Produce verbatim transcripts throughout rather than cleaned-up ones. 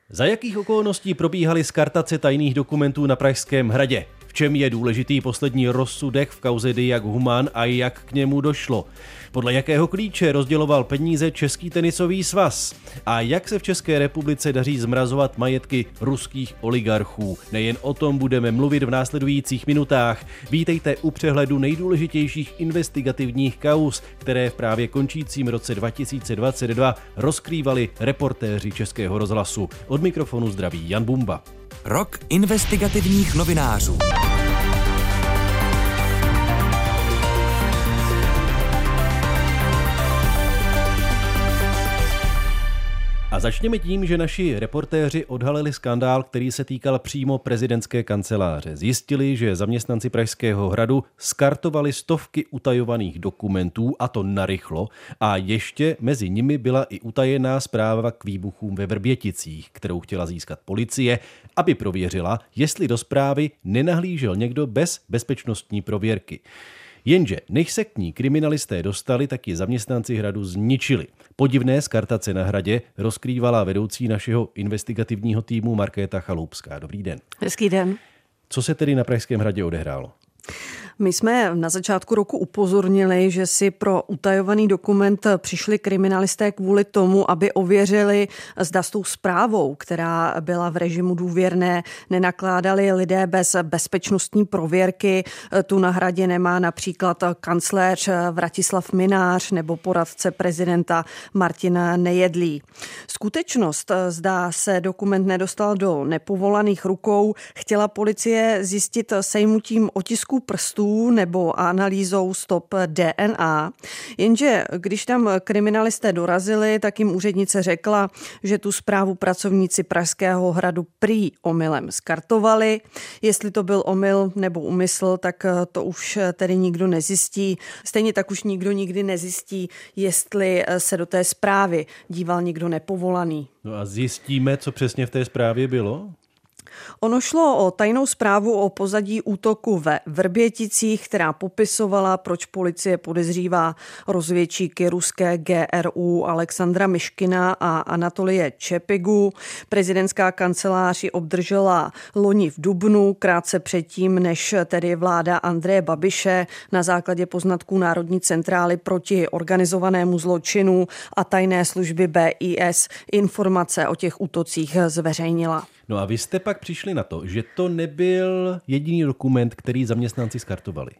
Za jakých okolností probíhaly skartace tajných dokumentů na Pražském hradě? V čem je důležitý poslední rozsudek v kauze Diag Human a jak k němu došlo? Podle jakého klíče rozděloval peníze Český tenisový svaz? A jak se v České republice daří zmrazovat majetky ruských oligarchů? Nejen o tom budeme mluvit v následujících minutách. Vítejte u přehledu nejdůležitějších investigativních kauz, které v právě končícím roce dva tisíce dvacet dva rozkrývali reportéři Českého rozhlasu. Od mikrofonu zdraví Jan Bumba. Rok investigativních novinářů. A začněme tím, že naši reportéři odhalili skandál, který se týkal přímo prezidentské kanceláře. Zjistili, že zaměstnanci Pražského hradu skartovali stovky utajovaných dokumentů, a to narychlo, a ještě mezi nimi byla i utajená zpráva k výbuchům ve Vrběticích, kterou chtěla získat policie, aby prověřila, jestli do zprávy nenahlížel někdo bez bezpečnostní prověrky. Jenže než se k ní kriminalisté dostali, tak ji zaměstnanci hradu zničili. Podivné skartace na hradě rozkrývala vedoucí našeho investigativního týmu Markéta Chaloupská. Dobrý den. Hezký den. Co se tedy na Pražském hradě odehrálo? My jsme na začátku roku upozornili, že si pro utajovaný dokument přišli kriminalisté kvůli tomu, aby ověřili, zda s tou zprávou, která byla v režimu důvěrné, nenakládali lidé bez bezpečnostní prověrky. Tu na hradě nemá například kancléř Vratislav Mynář nebo poradce prezidenta Martin Nejedlý. Skutečnost, zda se dokument nedostal do nepovolaných rukou, chtěla policie zjistit sejmutím otisků prstů nebo analýzou stop D N A. Jenže když tam kriminalisté dorazili, tak jim úřednice řekla, že tu zprávu pracovníci Pražského hradu prý omylem skartovali. Jestli to byl omyl nebo úmysl, tak to už tedy nikdo nezjistí. Stejně tak už nikdo nikdy nezjistí, jestli se do té zprávy díval někdo nepovolaný. No a zjistíme, co přesně v té zprávě bylo? Ono šlo o tajnou zprávu o pozadí útoku ve Vrběticích, která popisovala, proč policie podezřívá rozvědčíky ruské G R U Alexandra Myškina a Anatolie Čepigu. Prezidentská kancelář ji obdržela loni v dubnu, krátce předtím, než tedy vláda Andreje Babiše na základě poznatků Národní centrály proti organizovanému zločinu a tajné služby B I S informace o těch útocích zveřejnila. No a vy jste pak přišli na to, že to nebyl jediný dokument, který zaměstnanci skartovali.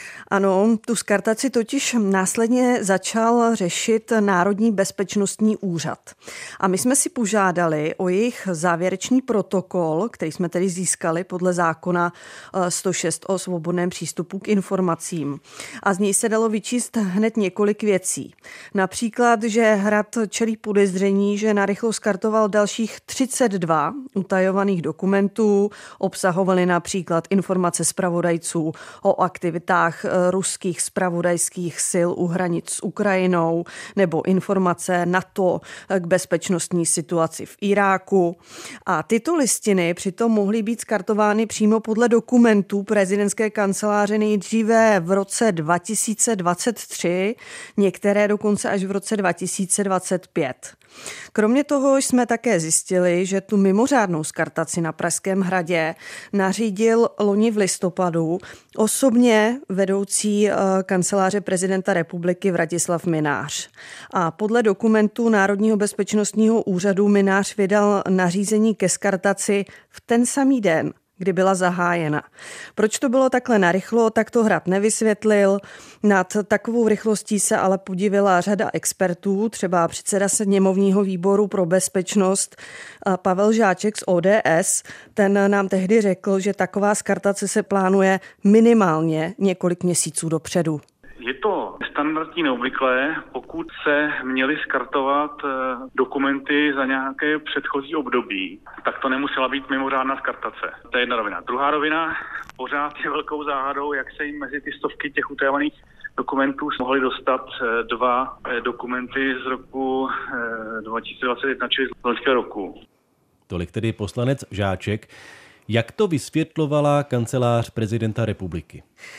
Ano, tu skartaci totiž následně začal řešit Národní bezpečnostní úřad. A my jsme si požádali o jejich závěrečný protokol, který jsme tedy získali podle zákona sto šest o svobodném přístupu k informacím. A z něj se dalo vyčíst hned několik věcí. Například, že hrad čelí podezření, že narychlo skartoval dalších třicet dva utajovaných dokumentů, obsahovaly například informace zpravodajců o aktivitách ruských zpravodajských sil u hranic s Ukrajinou nebo informace NATO k bezpečnostní situaci v Iráku. A tyto listiny přitom mohly být skartovány přímo podle dokumentů prezidentské kanceláře nejdříve v roce dva tisíce dvacet tři, některé dokonce až v roce dva tisíce dvacet pět. Kromě toho jsme také zjistili, že tu mimořádnou skartaci na Pražském hradě nařídil loni v listopadu osobně vedoucí kanceláře prezidenta republiky Vratislav Mynář. A podle dokumentů Národního bezpečnostního úřadu Mynář vydal nařízení ke skartaci v ten samý den, kdy byla zahájena. Proč to bylo takhle narychlo, tak to hrad nevysvětlil. Nad takovou rychlostí se ale podivila řada expertů, třeba předseda sněmovního výboru pro bezpečnost Pavel Žáček z O D S. Ten nám tehdy řekl, že taková skartace se plánuje minimálně několik měsíců dopředu. Je to standardní neobvyklé, pokud se měly skartovat dokumenty za nějaké předchozí období, tak to nemusela být mimořádná skartace. To je jedna rovina. Druhá rovina, pořád je velkou záhadou, jak se jim mezi ty stovky těch utajovaných dokumentů mohly dostat dva dokumenty z roku dva tisíce dvacet jedna, čili z loňského roku. Tolik tedy poslanec Žáček. Jak to vysvětlovala kancelář prezidenta republiky?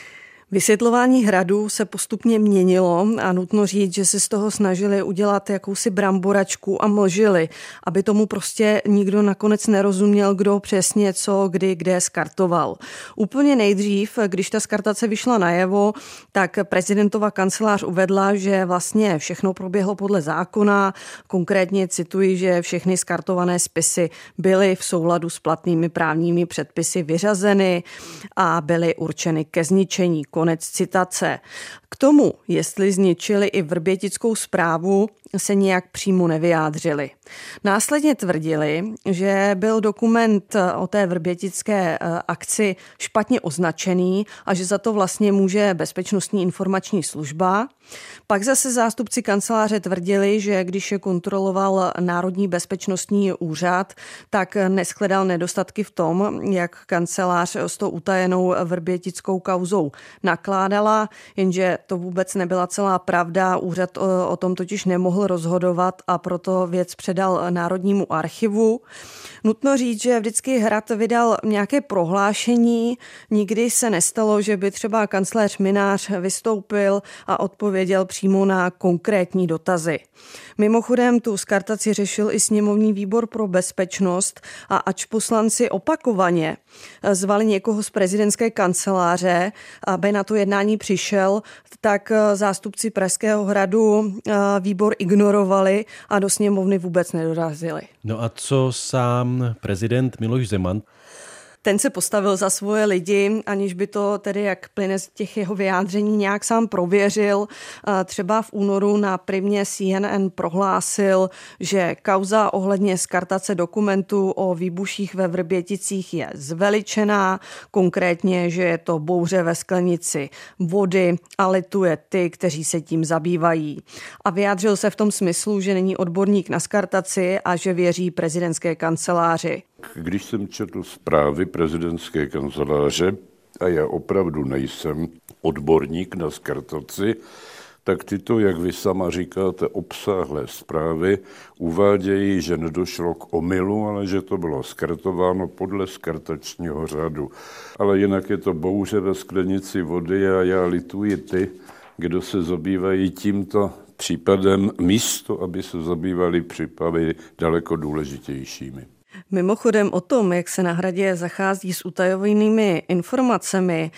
Vysvětlování Hradu se postupně měnilo a nutno říct, že se z toho snažili udělat jakousi bramboračku a mlžili, aby tomu prostě nikdo nakonec nerozuměl, kdo přesně co, kdy, kde skartoval. Úplně nejdřív, když ta skartace vyšla najevo, tak prezidentova kancelář uvedla, že vlastně všechno proběhlo podle zákona. Konkrétně cituji, že všechny skartované spisy byly v souladu s platnými právními předpisy vyřazeny a byly určeny ke zničení. Konec citace. K tomu, jestli zničili i vrbětickou zprávu, se nijak přímo nevyjádřili. Následně tvrdili, že byl dokument o té vrbětické akci špatně označený a že za to vlastně může Bezpečnostní informační služba. Pak zase zástupci kanceláře tvrdili, že když je kontroloval Národní bezpečnostní úřad, tak neshledal nedostatky v tom, jak kancelář s tou utajenou vrbětickou kauzou nakládala, jenže to vůbec nebyla celá pravda. Úřad o, o tom totiž nemohl rozhodovat a proto věc předal Národnímu archivu. Nutno říct, že vždycky Hrad vydal nějaké prohlášení, nikdy se nestalo, že by třeba kancléř Mynář vystoupil a odpověděl přímo na konkrétní dotazy. Mimochodem tu skartaci řešil i sněmovní výbor pro bezpečnost a ač poslanci opakovaně zvali někoho z prezidentské kanceláře, aby na to jednání přišel, tak zástupci Pražského hradu výbor ignorovali a do sněmovny vůbec nedorazili. No a co sám prezident Miloš Zeman? Ten se postavil za svoje lidi, aniž by to tedy, jak plyne z těch jeho vyjádření, nějak sám prověřil. Třeba v únoru na Primě C N N prohlásil, že kauza ohledně skartace dokumentů o výbuších ve Vrběticích je zveličená, konkrétně, že je to bouře ve sklenici vody a lituje ty, kteří se tím zabývají. A vyjádřil se v tom smyslu, že není odborník na skartaci a že věří prezidentské kanceláři. Když jsem četl zprávy prezidentské kanceláře, a já opravdu nejsem odborník na skartaci, tak tyto, jak vy sama říkáte, obsáhlé zprávy uvádějí, že nedošlo k omylu, ale že to bylo skartováno podle skartačního řádu. Ale jinak je to bouře ve sklenici vody a já lituji ty, kdo se zabývají tímto případem místo, aby se zabývali případy daleko důležitějšími. Mimochodem o tom, jak se na Hradě zachází s utajovanými informacemi,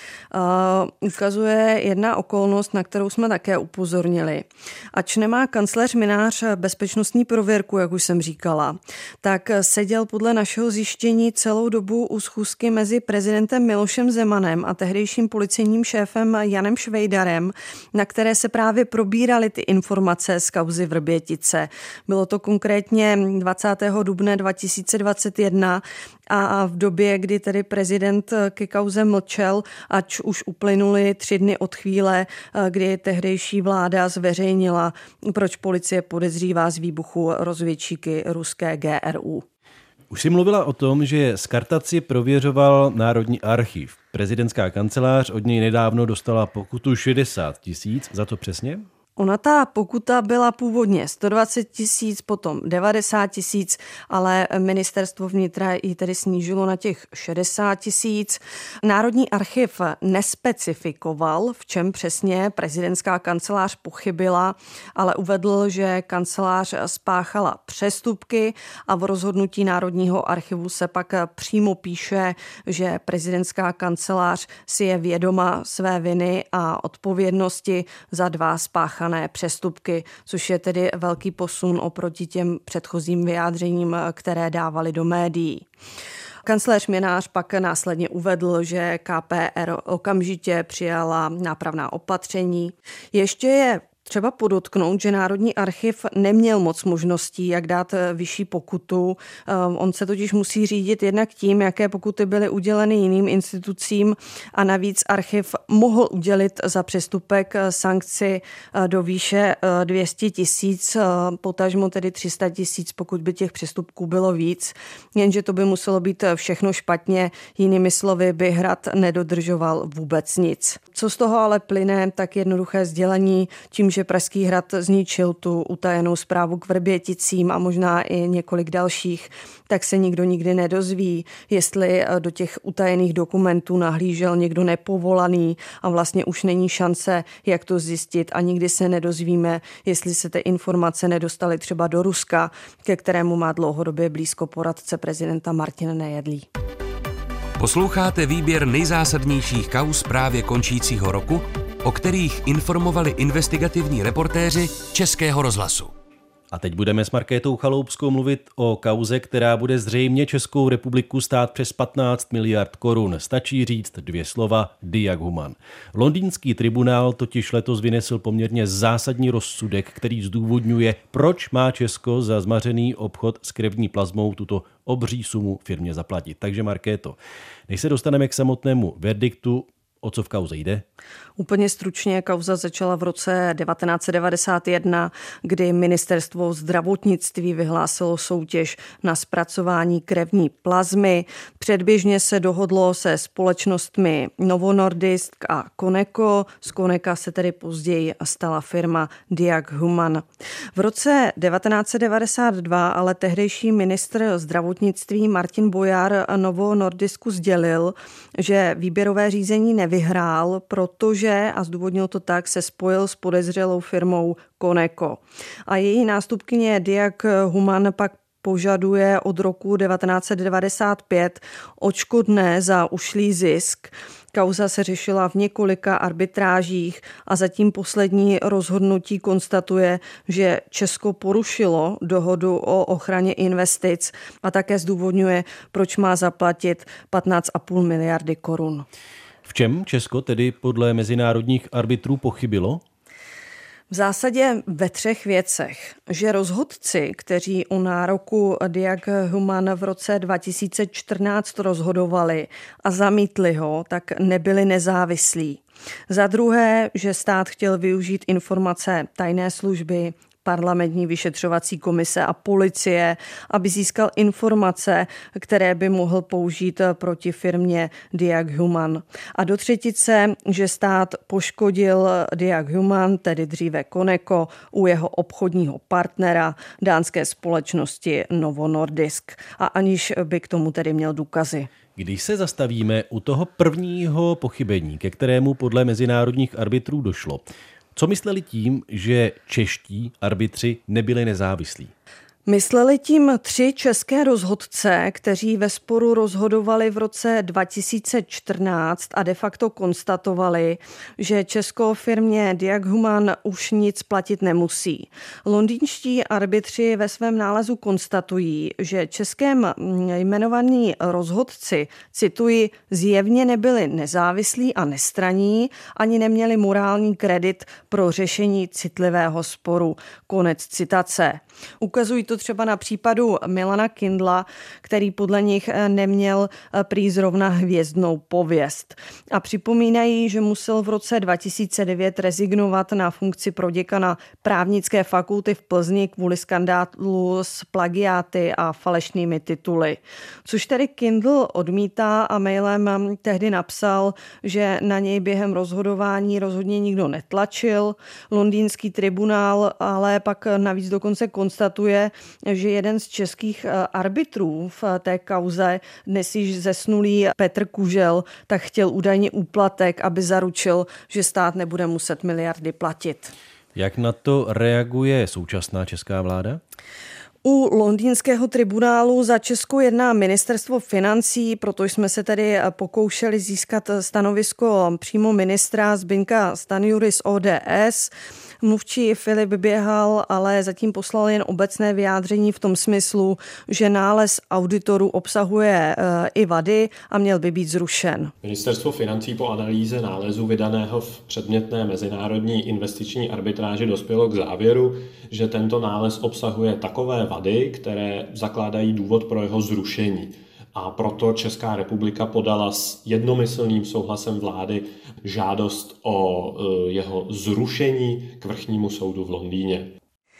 uh, ukazuje jedna okolnost, na kterou jsme také upozornili. Ač nemá kancléř Mynář bezpečnostní prověrku, jak už jsem říkala, tak seděl podle našeho zjištění celou dobu u schůzky mezi prezidentem Milošem Zemanem a tehdejším policejním šéfem Janem Švejdarem, na které se právě probíraly ty informace z kauzy Vrbětice. Bylo to konkrétně dvacátého dubna dva tisíce dvacet jedna a v době, kdy tedy prezident ke kauze mlčel, ač už uplynuly tři dny od chvíle, kdy tehdejší vláda zveřejnila, proč policie podezřívá z výbuchu rozvědčíky ruské G R U. Už jsi mluvila o tom, že skartaci prověřoval Národní archiv. Prezidentská kancelář od něj nedávno dostala pokutu šedesát tisíc. Za to přesně? Ona ta pokuta byla původně sto dvacet tisíc, potom devadesát tisíc, ale ministerstvo vnitra ji tedy snížilo na těch šedesát tisíc. Národní archiv nespecifikoval, v čem přesně prezidentská kancelář pochybila, ale uvedl, že kancelář spáchala přestupky a v rozhodnutí Národního archivu se pak přímo píše, že prezidentská kancelář si je vědoma své viny a odpovědnosti za dva spáchané přestupky, což je tedy velký posun oproti těm předchozím vyjádřením, které dávali do médií. Kancléř Mynář pak následně uvedl, že K P R okamžitě přijala nápravná opatření. Ještě je třeba podotknout, že Národní archiv neměl moc možností, jak dát vyšší pokutu. On se totiž musí řídit jednak tím, jaké pokuty byly uděleny jiným institucím a navíc archiv mohl udělit za přestupek sankci do výše dvě stě tisíc, potažmo tedy tři sta tisíc, pokud by těch přestupků bylo víc. Jenže to by muselo být všechno špatně, jinými slovy by Hrad nedodržoval vůbec nic. Co z toho ale plyne, tak jednoduché sdělení, tím, že že Pražský hrad zničil tu utajenou zprávu k Vrběticím a možná i několik dalších, tak se nikdo nikdy nedozví, jestli do těch utajených dokumentů nahlížel někdo nepovolaný a vlastně už není šance, jak to zjistit a nikdy se nedozvíme, jestli se ty informace nedostaly třeba do Ruska, ke kterému má dlouhodobě blízko poradce prezidenta Martin Nejedlý. Posloucháte výběr nejzásadnějších kauz právě končícího roku, o kterých informovali investigativní reportéři Českého rozhlasu. A teď budeme s Markétou Chaloupskou mluvit o kauze, která bude zřejmě Českou republiku stát přes patnáct miliard korun. Stačí říct dvě slova: Diag Human. Londýnský tribunál totiž letos vynesl poměrně zásadní rozsudek, který zdůvodňuje, proč má Česko za zmařený obchod s krevní plazmou tuto obří sumu firmě zaplatit. Takže Markéto, než se dostaneme k samotnému verdiktu, o co v kauze jde? Úplně stručně, kauza začala v roce devatenáct set devadesát jedna, kdy ministerstvo zdravotnictví vyhlásilo soutěž na zpracování krevní plazmy. Předběžně se dohodlo se společnostmi Novo Nordisk a Koneko. Z Koneka se tedy později stala firma Diag Human. V roce devatenáct set devadesát dva ale tehdejší ministr zdravotnictví Martin Bojar Novo Nordisku sdělil, že výběrové řízení nevyhrál, protože, a zdůvodnil to tak, se spojil s podezřelou firmou Koneko. A její nástupkyně Diag Human pak požaduje od roku devatenáct set devadesát pět odškodné za ušlý zisk. Kauza se řešila v několika arbitrážích a zatím poslední rozhodnutí konstatuje, že Česko porušilo dohodu o ochraně investic a také zdůvodňuje, proč má zaplatit patnáct a půl miliardy korun. V čem Česko tedy podle mezinárodních arbitrů pochybilo? V zásadě ve třech věcech. Že rozhodci, kteří o nároku Diag Human v roce dva tisíce čtrnáct rozhodovali a zamítli ho, tak nebyli nezávislí. Za druhé, že stát chtěl využít informace tajné služby, parlamentní vyšetřovací komise a policie, aby získal informace, které by mohl použít proti firmě Diag Human. A do třetice, že stát poškodil Diag Human, tedy dříve Koneko, u jeho obchodního partnera, dánské společnosti Novo Nordisk. A aniž by k tomu tedy měl důkazy. Když se zastavíme u toho prvního pochybení, ke kterému podle mezinárodních arbitrů došlo, co mysleli tím, že čeští arbitři nebyli nezávislí? Mysleli tím tři české rozhodce, kteří ve sporu rozhodovali v roce dva tisíce čtrnáct a de facto konstatovali, že Česko firmě Diag Human už nic platit nemusí. Londýnští arbitři ve svém nálezu konstatují, že českém jmenovaní rozhodci, cituji, zjevně nebyli nezávislí a nestranní, ani neměli morální kredit pro řešení citlivého sporu. Konec citace. Ukazují to třeba na případu Milana Kindla, který podle nich neměl prý zrovna hvězdnou pověst. A připomínají, že musel v roce dva tisíce devět rezignovat na funkci proděkana právnické fakulty v Plzni kvůli skandálu s plagiáty a falešnými tituly. Což tedy Kindl odmítá a mailem tehdy napsal, že na něj během rozhodování rozhodně nikdo netlačil. Londýnský tribunál ale pak navíc dokonce konstatuje, že jeden z českých arbitrů v té kauze, dnes již zesnulý Petr Kužel, tak chtěl údajně úplatek, aby zaručil, že stát nebude muset miliardy platit. Jak na to reaguje současná česká vláda? U londýnského tribunálu za Česko jedná ministerstvo financí, proto jsme se tedy pokoušeli získat stanovisko přímo ministra Zbyňka Stanjury z O D S. Mluvčí Filip Běhal ale zatím poslal jen obecné vyjádření v tom smyslu, že nález auditorů obsahuje i vady a měl by být zrušen. Ministerstvo financí po analýze nálezu vydaného v předmětné mezinárodní investiční arbitráži dospělo k závěru, že tento nález obsahuje takové vady, které zakládají důvod pro jeho zrušení. A proto Česká republika podala s jednomyslným souhlasem vlády žádost o jeho zrušení k vrchnímu soudu v Londýně.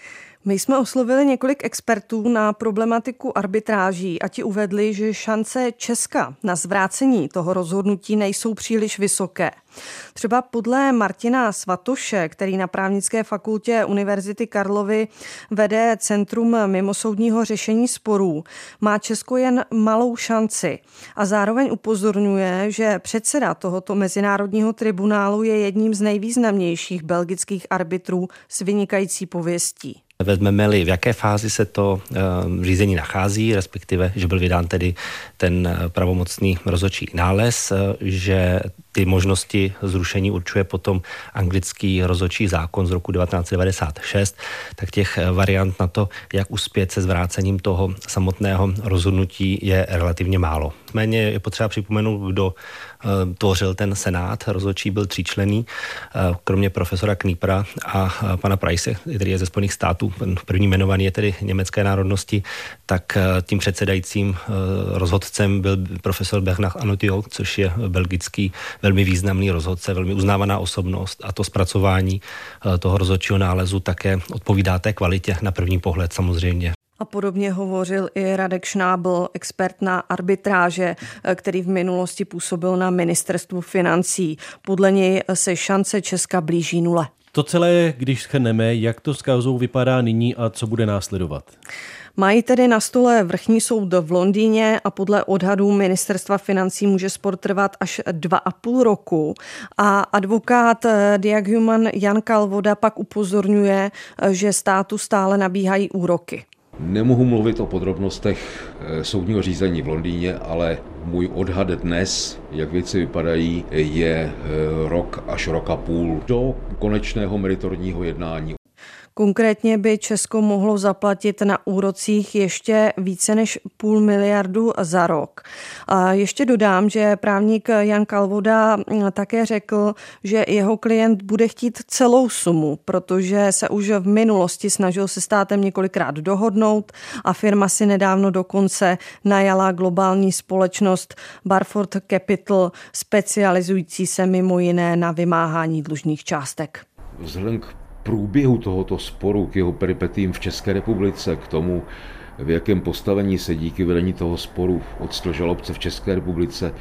My jsme oslovili několik expertů na problematiku arbitráží a ti uvedli, že šance Česka na zvrácení toho rozhodnutí nejsou příliš vysoké. Třeba podle Martina Svatoše, který na právnické fakultě Univerzity Karlovy vede Centrum mimosoudního řešení sporů, má Česko jen malou šanci a zároveň upozorňuje, že předseda tohoto mezinárodního tribunálu je jedním z nejvýznamnějších belgických arbitrů s vynikající pověstí. Vezmeme-li, v jaké fázi se to uh, řízení nachází, respektive, že byl vydán tedy ten pravomocný rozhodčí nález, uh, že ty možnosti zrušení určuje potom anglický rozhodčí zákon z roku devatenáct set devadesát šest, tak těch variant na to, jak uspět se zvrácením toho samotného rozhodnutí, je relativně málo. Méně je potřeba připomenout, kdo uh, tvořil ten senát. Rozhodčí byl tříčlenný, uh, kromě profesora Kniepera a uh, pana Price, který je ze Spojených států. První jmenovaný je tedy německé národnosti, tak uh, tím předsedajícím uh, rozhodcem byl profesor Bernard Anotio, což je belgický velmi významný rozhodce, velmi uznávaná osobnost, a to zpracování uh, toho rozhodčího nálezu také odpovídá té kvalitě na první pohled samozřejmě. A podobně hovořil i Radek Šnábl, expert na arbitráže, který v minulosti působil na ministerstvu financí. Podle něj se šance Česka blíží nule. To celé, když shrneme, jak to s kauzou vypadá nyní a co bude následovat? Mají tedy na stole vrchní soud v Londýně a podle odhadů ministerstva financí může spor trvat až dva a půl roku. A advokát Diag Human Jan Kalvoda pak upozorňuje, že státu stále nabíhají úroky. Nemohu mluvit o podrobnostech soudního řízení v Londýně, ale můj odhad dnes, jak věci vypadají, je rok až rok a půl do konečného meritorního jednání. Konkrétně by Česko mohlo zaplatit na úrocích ještě více než půl miliardu za rok. A ještě dodám, že právník Jan Kalvoda také řekl, že jeho klient bude chtít celou sumu, protože se už v minulosti snažil se státem několikrát dohodnout a firma si nedávno dokonce najala globální společnost Barford Capital, specializující se mimo jiné na vymáhání dlužných částek. Vzhledem k průběhu tohoto sporu, k jeho peripetím v České republice, k tomu, v jakém postavení se díky vedení toho sporu odstl žalobce v České republice,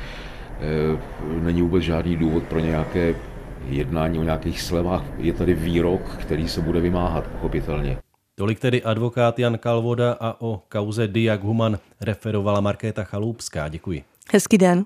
není vůbec žádný důvod pro nějaké jednání o nějakých slevách. Je tady výrok, který se bude vymáhat, pochopitelně. Tolik tedy advokát Jan Kalvoda a o kauze Diag Human referovala Markéta Chaloupská. Děkuji. Hezký den.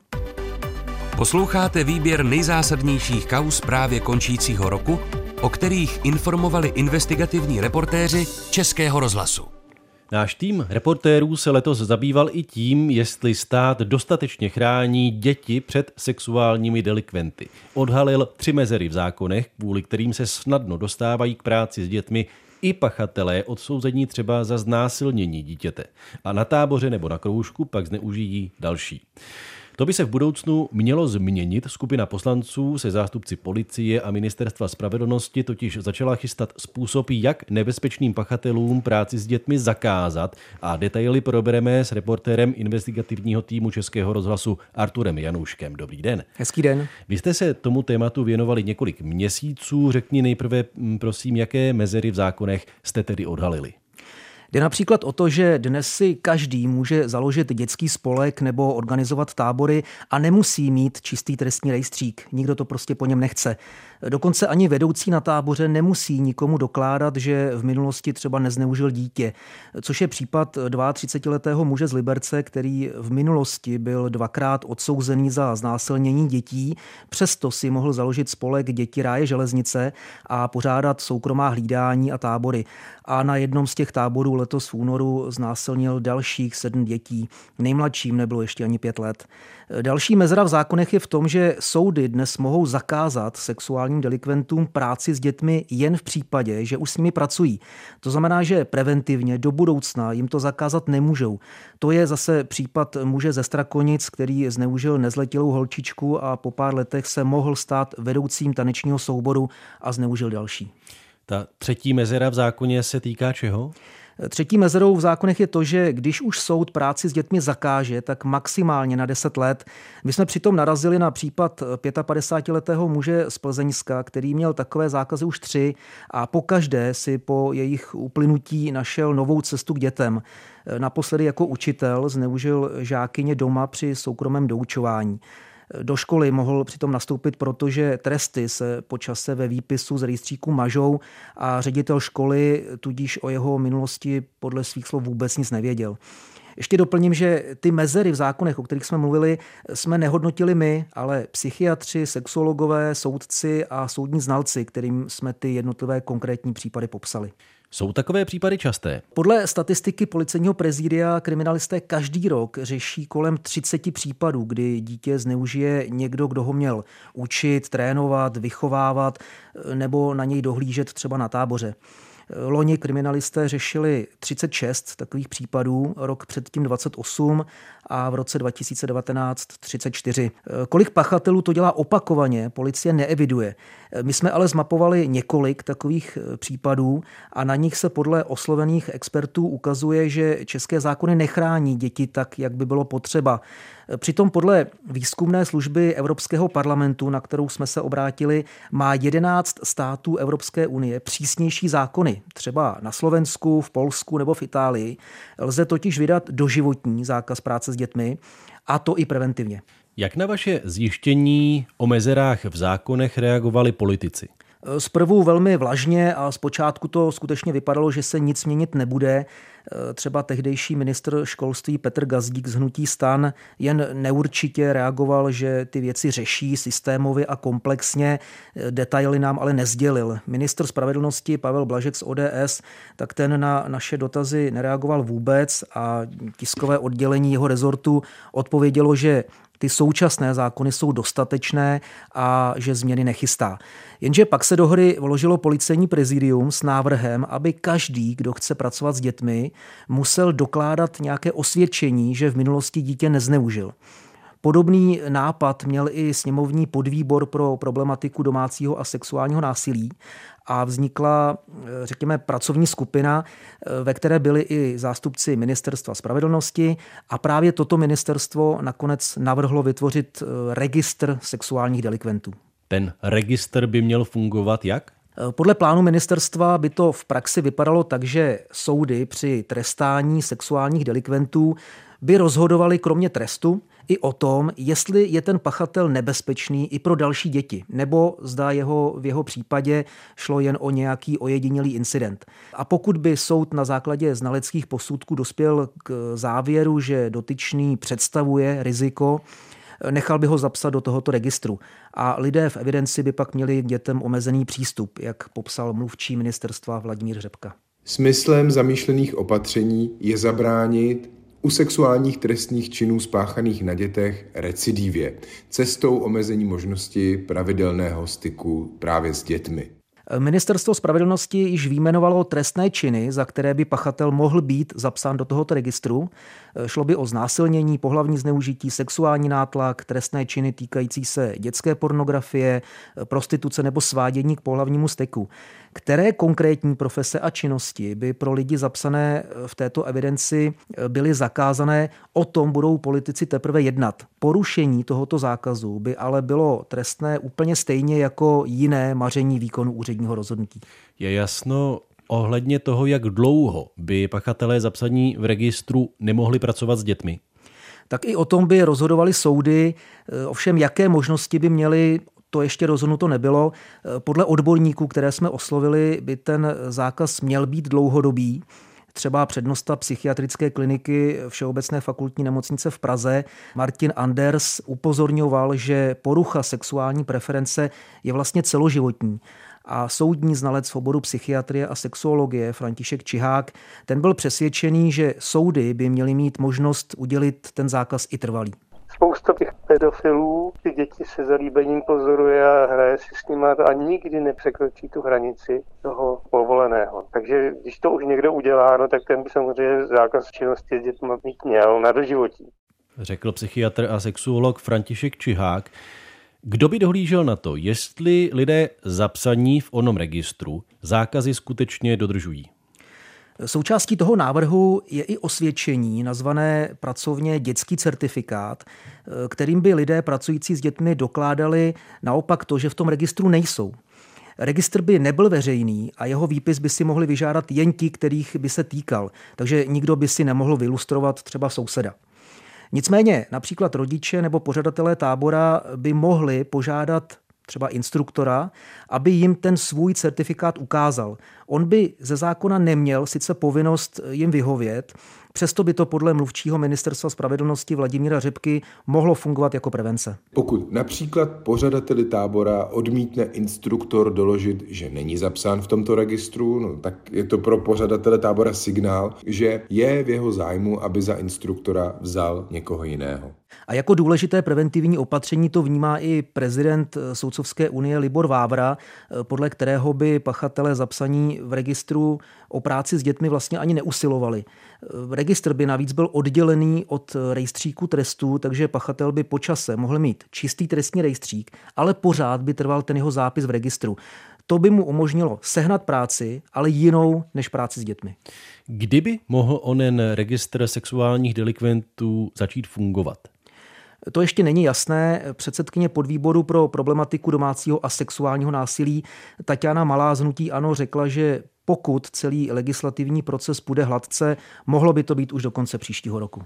Posloucháte výběr nejzásadnějších kauz právě končícího roku, o kterých informovali investigativní reportéři Českého rozhlasu. Náš tým reportérů se letos zabýval i tím, jestli stát dostatečně chrání děti před sexuálními delikventy. Odhalil tři mezery v zákonech, kvůli kterým se snadno dostávají k práci s dětmi i pachatelé odsouzení třeba za znásilnění dítěte. A na táboře nebo na kroužku pak zneužijí další. To by se v budoucnu mělo změnit. Skupina poslanců se zástupci policie a ministerstva spravedlnosti totiž začala chystat způsob, jak nebezpečným pachatelům práci s dětmi zakázat, a detaily probereme s reportérem investigativního týmu Českého rozhlasu Arturem Janouškem. Dobrý den. Hezký den. Vy jste se tomu tématu věnovali několik měsíců. Řekni nejprve, prosím, jaké mezery v zákonech jste tedy odhalili. Jde například o to, že dnes si každý může založit dětský spolek nebo organizovat tábory a nemusí mít čistý trestní rejstřík. Nikdo to prostě po něm nechce. Dokonce ani vedoucí na táboře nemusí nikomu dokládat, že v minulosti třeba nezneužil dítě, což je případ třicetiletého muže z Liberce, který v minulosti byl dvakrát odsouzený za znásilnění dětí, přesto si mohl založit spolek Děti ráje železnice a pořádat soukromá hlídání a tábory. A na jednom z těch táborů letos v únoru znásilnil dalších sedm dětí. Nejmladším nebylo ještě ani pět let. Další mezera v zákonech je v tom, že soudy dnes mohou zakázat sexuálním delikventům práci s dětmi jen v případě, že už s nimi pracují. To znamená, že preventivně do budoucna jim to zakázat nemůžou. To je zase případ muže ze Strakonic, který zneužil nezletilou holčičku a po pár letech se mohl stát vedoucím tanečního souboru a zneužil další. Ta třetí mezera v zákoně se týká čeho? Třetí mezerou v zákonech je to, že když už soud práci s dětmi zakáže, tak maximálně na deset let. My jsme přitom narazili na případ pětapadesátiletého muže z Plzeňska, který měl takové zákazy už tři a pokaždé si po jejich uplynutí našel novou cestu k dětem. Naposledy jako učitel zneužil žákyně doma při soukromém doučování. Do školy mohl přitom nastoupit, protože tresty se po čase ve výpisu z rejstříku mažou a ředitel školy tudíž o jeho minulosti podle svých slov vůbec nic nevěděl. Ještě doplním, že ty mezery v zákonech, o kterých jsme mluvili, jsme nehodnotili my, ale psychiatři, sexuologové, soudci a soudní znalci, kterým jsme ty jednotlivé konkrétní případy popsali. Jsou takové případy časté? Podle statistiky Policejního prezidia kriminalisté každý rok řeší kolem třicet případů, kdy dítě zneužije někdo, kdo ho měl učit, trénovat, vychovávat nebo na něj dohlížet třeba na táboře. Loni kriminalisté řešili třicet šest takových případů, rok předtím dvacet osm a v roce dva tisíce devatenáct třicet čtyři. Kolik pachatelů to dělá opakovaně, policie neeviduje. My jsme ale zmapovali několik takových případů a na nich se podle oslovených expertů ukazuje, že české zákony nechrání děti tak, jak by bylo potřeba. Přitom podle výzkumné služby Evropského parlamentu, na kterou jsme se obrátili, má jedenáct států Evropské unie přísnější zákony. Třeba na Slovensku, v Polsku nebo v Itálii. Lze totiž vydat doživotní zákaz práce s dětmi, a to i preventivně. Jak na vaše zjištění o mezerách v zákonech reagovali politici? Zprvu velmi vlažně a zpočátku to skutečně vypadalo, že se nic měnit nebude. Třeba tehdejší ministr školství Petr Gazdík z hnutí STAN jen neurčitě reagoval, že ty věci řeší systémově a komplexně, detaily nám ale nezdělil. Ministr spravedlnosti Pavel Blažek z O D S, tak ten na naše dotazy nereagoval vůbec a tiskové oddělení jeho rezortu odpovědělo, že ty současné zákony jsou dostatečné a že změny nechystá. Jenže pak se do hry vložilo policejní prezidium s návrhem, aby každý, kdo chce pracovat s dětmi, musel dokládat nějaké osvědčení, že v minulosti dítě nezneužil. Podobný nápad měl i sněmovní podvýbor pro problematiku domácího a sexuálního násilí a vznikla, řekněme, pracovní skupina, ve které byli i zástupci Ministerstva spravedlnosti a právě toto ministerstvo nakonec navrhlo vytvořit registr sexuálních delikventů. Ten registr by měl fungovat jak? Podle plánu ministerstva by to v praxi vypadalo tak, že soudy při trestání sexuálních delikventů by rozhodovaly kromě trestu i o tom, jestli je ten pachatel nebezpečný i pro další děti, nebo zda jeho, v jeho případě šlo jen o nějaký ojedinělý incident. A pokud by soud na základě znaleckých posudků dospěl k závěru, že dotyčný představuje riziko, nechal by ho zapsat do tohoto registru. A lidé v evidenci by pak měli k dětem omezený přístup, jak popsal mluvčí ministerstva Vladimír Řepka. Smyslem zamýšlených opatření je zabránit u sexuálních trestných činů spáchaných na dětech recidivě, cestou omezení možnosti pravidelného styku právě s dětmi. Ministerstvo spravedlnosti již vyjmenovalo trestné činy, za které by pachatel mohl být zapsán do tohoto registru. Šlo by o znásilnění, pohlavní zneužití, sexuální nátlak, trestné činy týkající se dětské pornografie, prostituce nebo svádění k pohlavnímu styku. Které konkrétní profese a činnosti by pro lidi zapsané v této evidenci byly zakázané, o tom budou politici teprve jednat. Porušení tohoto zákazu by ale bylo trestné úplně stejně jako jiné maření výkonu úředního rozhodnutí. Je jasno ohledně toho, jak dlouho by pachatelé zapsaní v registru nemohli pracovat s dětmi? Tak i o tom by rozhodovali soudy, ovšem jaké možnosti by měly, to ještě rozhodnuto nebylo. Podle odborníků, které jsme oslovili, by ten zákaz měl být dlouhodobý. Třeba přednosta psychiatrické kliniky Všeobecné fakultní nemocnice v Praze Martin Anders upozorňoval, že porucha sexuální preference je vlastně celoživotní. A soudní znalec v oboru psychiatrie a sexuologie František Čihák, ten byl přesvědčený, že soudy by měly mít možnost udělit ten zákaz i trvalý. Spousta těch pedofilů, ty děti se zalíbením pozoruje a hraje si s nimi a nikdy nepřekročí tu hranici toho povoleného. Takže když to už někdo udělá, no, tak ten by samozřejmě zákaz činnosti s dětmi mít měl na doživotí. Řekl psychiatr a sexuolog František Čihák. Kdo by dohlížel na to, jestli lidé zapsaní v onom registru zákazy skutečně dodržují? Součástí toho návrhu je i osvědčení nazvané pracovně dětský certifikát, kterým by lidé pracující s dětmi dokládali naopak to, že v tom registru nejsou. Registr by nebyl veřejný a jeho výpis by si mohli vyžádat jen ti, kterých by se týkal, takže nikdo by si nemohl vylustrovat třeba souseda. Nicméně například rodiče nebo pořadatelé tábora by mohli požádat třeba instruktora, aby jim ten svůj certifikát ukázal. On by ze zákona neměl sice povinnost jim vyhovět, přesto by to podle mluvčího Ministerstva spravedlnosti Vladimíra Řepky mohlo fungovat jako prevence. Pokud například pořadateli tábora odmítne instruktor doložit, že není zapsán v tomto registru, no, tak je to pro pořadatele tábora signál, že je v jeho zájmu, aby za instruktora vzal někoho jiného. A jako důležité preventivní opatření to vnímá i prezident Soudcovské unie Libor Vávra, podle kterého by pachatelé zapsaní v registru o práci s dětmi vlastně ani neusilovali. Registr by navíc byl oddělený od rejstříku trestů, takže pachatel by po čase mohl mít čistý trestní rejstřík, ale pořád by trval ten jeho zápis v registru. To by mu umožnilo sehnat práci, ale jinou než práci s dětmi. Kdyby mohl onen registr sexuálních delikventů začít fungovat? To ještě není jasné. Předsedkyně podvýboru pro problematiku domácího a sexuálního násilí Taťána Malá z hnutí ANO řekla, že pokud celý legislativní proces půjde hladce, mohlo by to být už do konce příštího roku.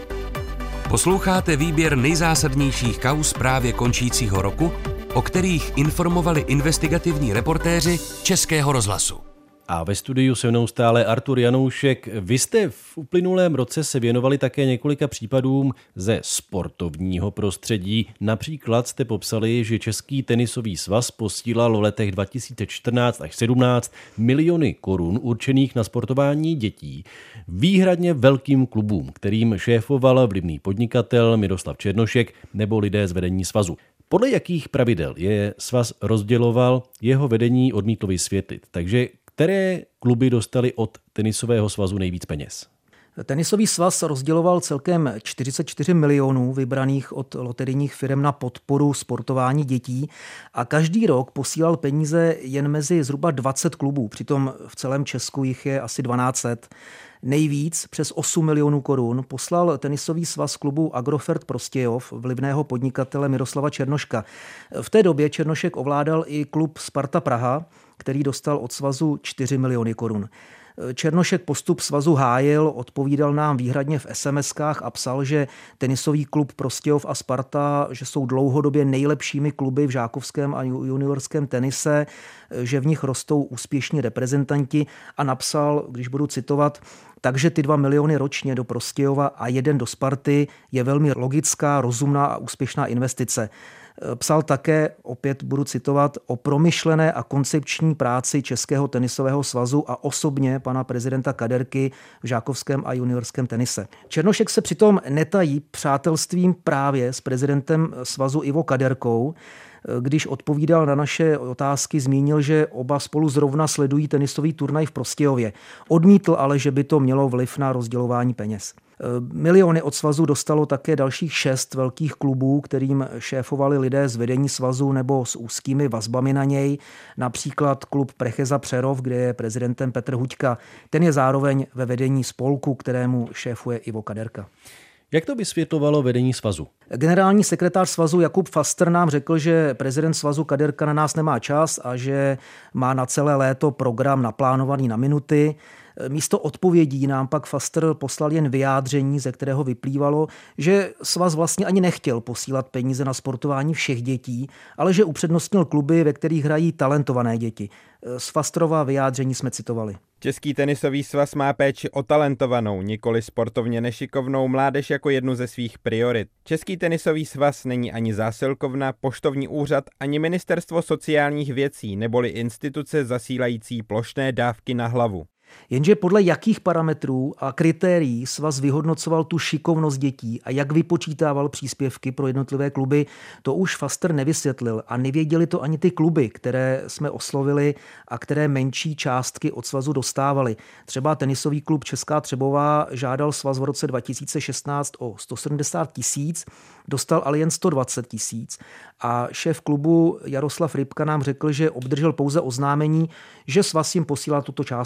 Posloucháte výběr nejzásadnějších kauz právě končícího roku, o kterých informovali investigativní reportéři Českého rozhlasu. A ve studiu se mnou stále Artur Janoušek. Vy jste v uplynulém roce se věnovali také několika případům ze sportovního prostředí. Například jste popsali, že Český tenisový svaz posílal v letech dva tisíce čtrnáct až sedmnáct miliony korun určených na sportování dětí výhradně velkým klubům, kterým šéfoval vlivný podnikatel Miroslav Černošek nebo lidé z vedení svazu. Podle jakých pravidel je svaz rozděloval, jeho vedení odmítlo vysvětlit. Takže které kluby dostaly od tenisového svazu nejvíc peněz? Tenisový svaz rozděloval celkem čtyřicet čtyři milionů vybraných od loterijních firm na podporu sportování dětí a každý rok posílal peníze jen mezi zhruba dvacet klubů, přitom v celém Česku jich je asi dvanáct set. Nejvíc, přes osm milionů korun, poslal tenisový svaz klubu Agrofert Prostějov vlivného podnikatele Miroslava Černoška. V té době Černošek ovládal i klub Sparta Praha, který dostal od svazu čtyři miliony korun. Černošek postup svazu hájil, odpovídal nám výhradně v es em eskách a psal, že tenisový klub Prostějov a Sparta, že jsou dlouhodobě nejlepšími kluby v žákovském a juniorském tenise, že v nich rostou úspěšní reprezentanti a napsal, když budu citovat, takže ty dva miliony ročně do Prostějova a jeden do Sparty je velmi logická, rozumná a úspěšná investice. Psal také, opět budu citovat, o promyšlené a koncepční práci Českého tenisového svazu a osobně pana prezidenta Kaderky v žákovském a juniorském tenise. Černošek se přitom netají přátelstvím právě s prezidentem svazu Ivo Kaderkou. Když odpovídal na naše otázky, zmínil, že oba spolu zrovna sledují tenisový turnaj v Prostějově. Odmítl ale, že by to mělo vliv na rozdělování peněz. Miliony od svazu dostalo také dalších šest velkých klubů, kterým šéfovali lidé z vedení svazu nebo s úzkými vazbami na něj. Například klub Precheza Přerov, kde je prezidentem Petr Huďka. Ten je zároveň ve vedení spolku, kterému šéfuje Ivo Kaderka. Jak to vysvětlovalo vedení svazu? Generální sekretář svazu Jakub Fastr nám řekl, že prezident svazu Kaderka na nás nemá čas a že má na celé léto program naplánovaný na minuty. Místo odpovědí nám pak Fastr poslal jen vyjádření, ze kterého vyplývalo, že svaz vlastně ani nechtěl posílat peníze na sportování všech dětí, ale že upřednostnil kluby, ve kterých hrají talentované děti. Z Fastrova vyjádření jsme citovali. Český tenisový svaz má péči o talentovanou, nikoli sportovně nešikovnou mládež jako jednu ze svých priorit. Český tenisový svaz není ani zásilkovna, poštovní úřad, ani ministerstvo sociálních věcí, neboli instituce zasílající plošné dávky na hlavu. Jenže podle jakých parametrů a kritérií svaz vyhodnocoval tu šikovnost dětí a jak vypočítával příspěvky pro jednotlivé kluby, to už Fastr nevysvětlil a nevěděli to ani ty kluby, které jsme oslovili a které menší částky od svazu dostávali. Třeba tenisový klub Česká Třebová žádal svaz v roce dva tisíce šestnáct o sto sedmdesát tisíc, dostal ale jen sto dvacet tisíc a šéf klubu Jaroslav Rybka nám řekl, že obdržel pouze oznámení, že svaz jim posílá tuto částku.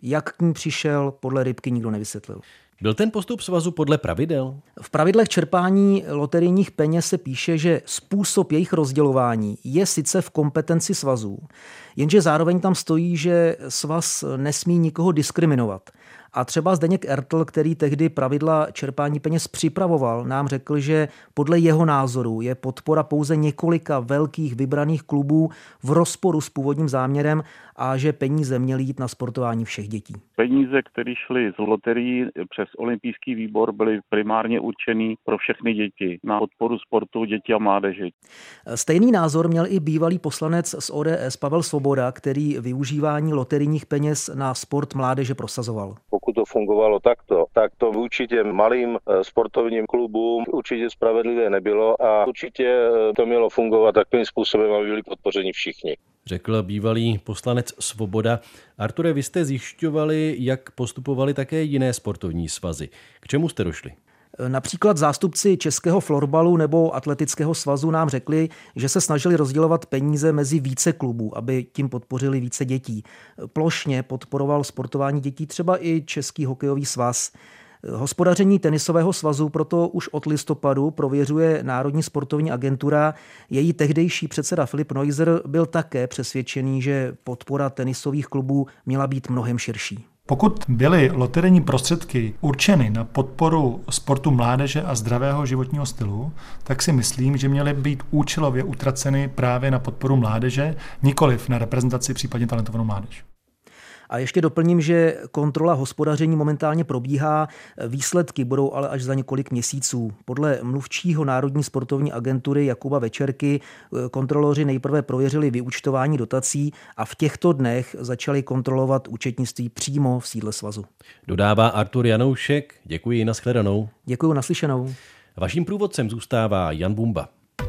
Jak k ní přišel, podle Rybky nikdo nevysvětlil. Byl ten postup svazu podle pravidel? V pravidlech čerpání loterijních peněz se píše, že způsob jejich rozdělování je sice v kompetenci svazů, jenže zároveň tam stojí, že svaz nesmí nikoho diskriminovat. A třeba Zdeněk Ertl, který tehdy pravidla čerpání peněz připravoval, nám řekl, že podle jeho názoru je podpora pouze několika velkých vybraných klubů v rozporu s původním záměrem a že peníze měly jít na sportování všech dětí. Peníze, které šly z loterií přes olympijský výbor, byly primárně určený pro všechny děti, na podporu sportu dětí a mládeže. Stejný názor měl i bývalý poslanec z O D S Pavel Svoboda, který využívání loterijních peněz na sport mládeže prosazoval. Pokud to fungovalo takto, tak to vůči těm malým sportovním klubům určitě spravedlivé nebylo a určitě to mělo fungovat takovým způsobem, aby byli podpořeni všichni. Řekl bývalý poslanec Svoboda. Arture, vy jste zjišťovali, jak postupovali také jiné sportovní svazy. K čemu jste došli? Například zástupci Českého florbalu nebo Atletického svazu nám řekli, že se snažili rozdělovat peníze mezi více klubů, aby tím podpořili více dětí. Plošně podporoval sportování dětí třeba i Český hokejový svaz. Hospodaření tenisového svazu proto už od listopadu prověřuje Národní sportovní agentura. Její tehdejší předseda Filip Neuser byl také přesvědčený, že podpora tenisových klubů měla být mnohem širší. Pokud byly loterijní prostředky určeny na podporu sportu mládeže a zdravého životního stylu, tak si myslím, že měly být účelově utraceny právě na podporu mládeže, nikoliv na reprezentaci případně talentovanou mládež. A ještě doplním, že kontrola hospodaření momentálně probíhá, výsledky budou ale až za několik měsíců. Podle mluvčího Národní sportovní agentury Jakuba Večerky kontroloři nejprve prověřili vyúčtování dotací a v těchto dnech začali kontrolovat účetnictví přímo v sídle svazu. Dodává Artur Janoušek. Děkuji, nashledanou. Děkuji, naslyšenou. Vaším průvodcem zůstává Jan Bumba.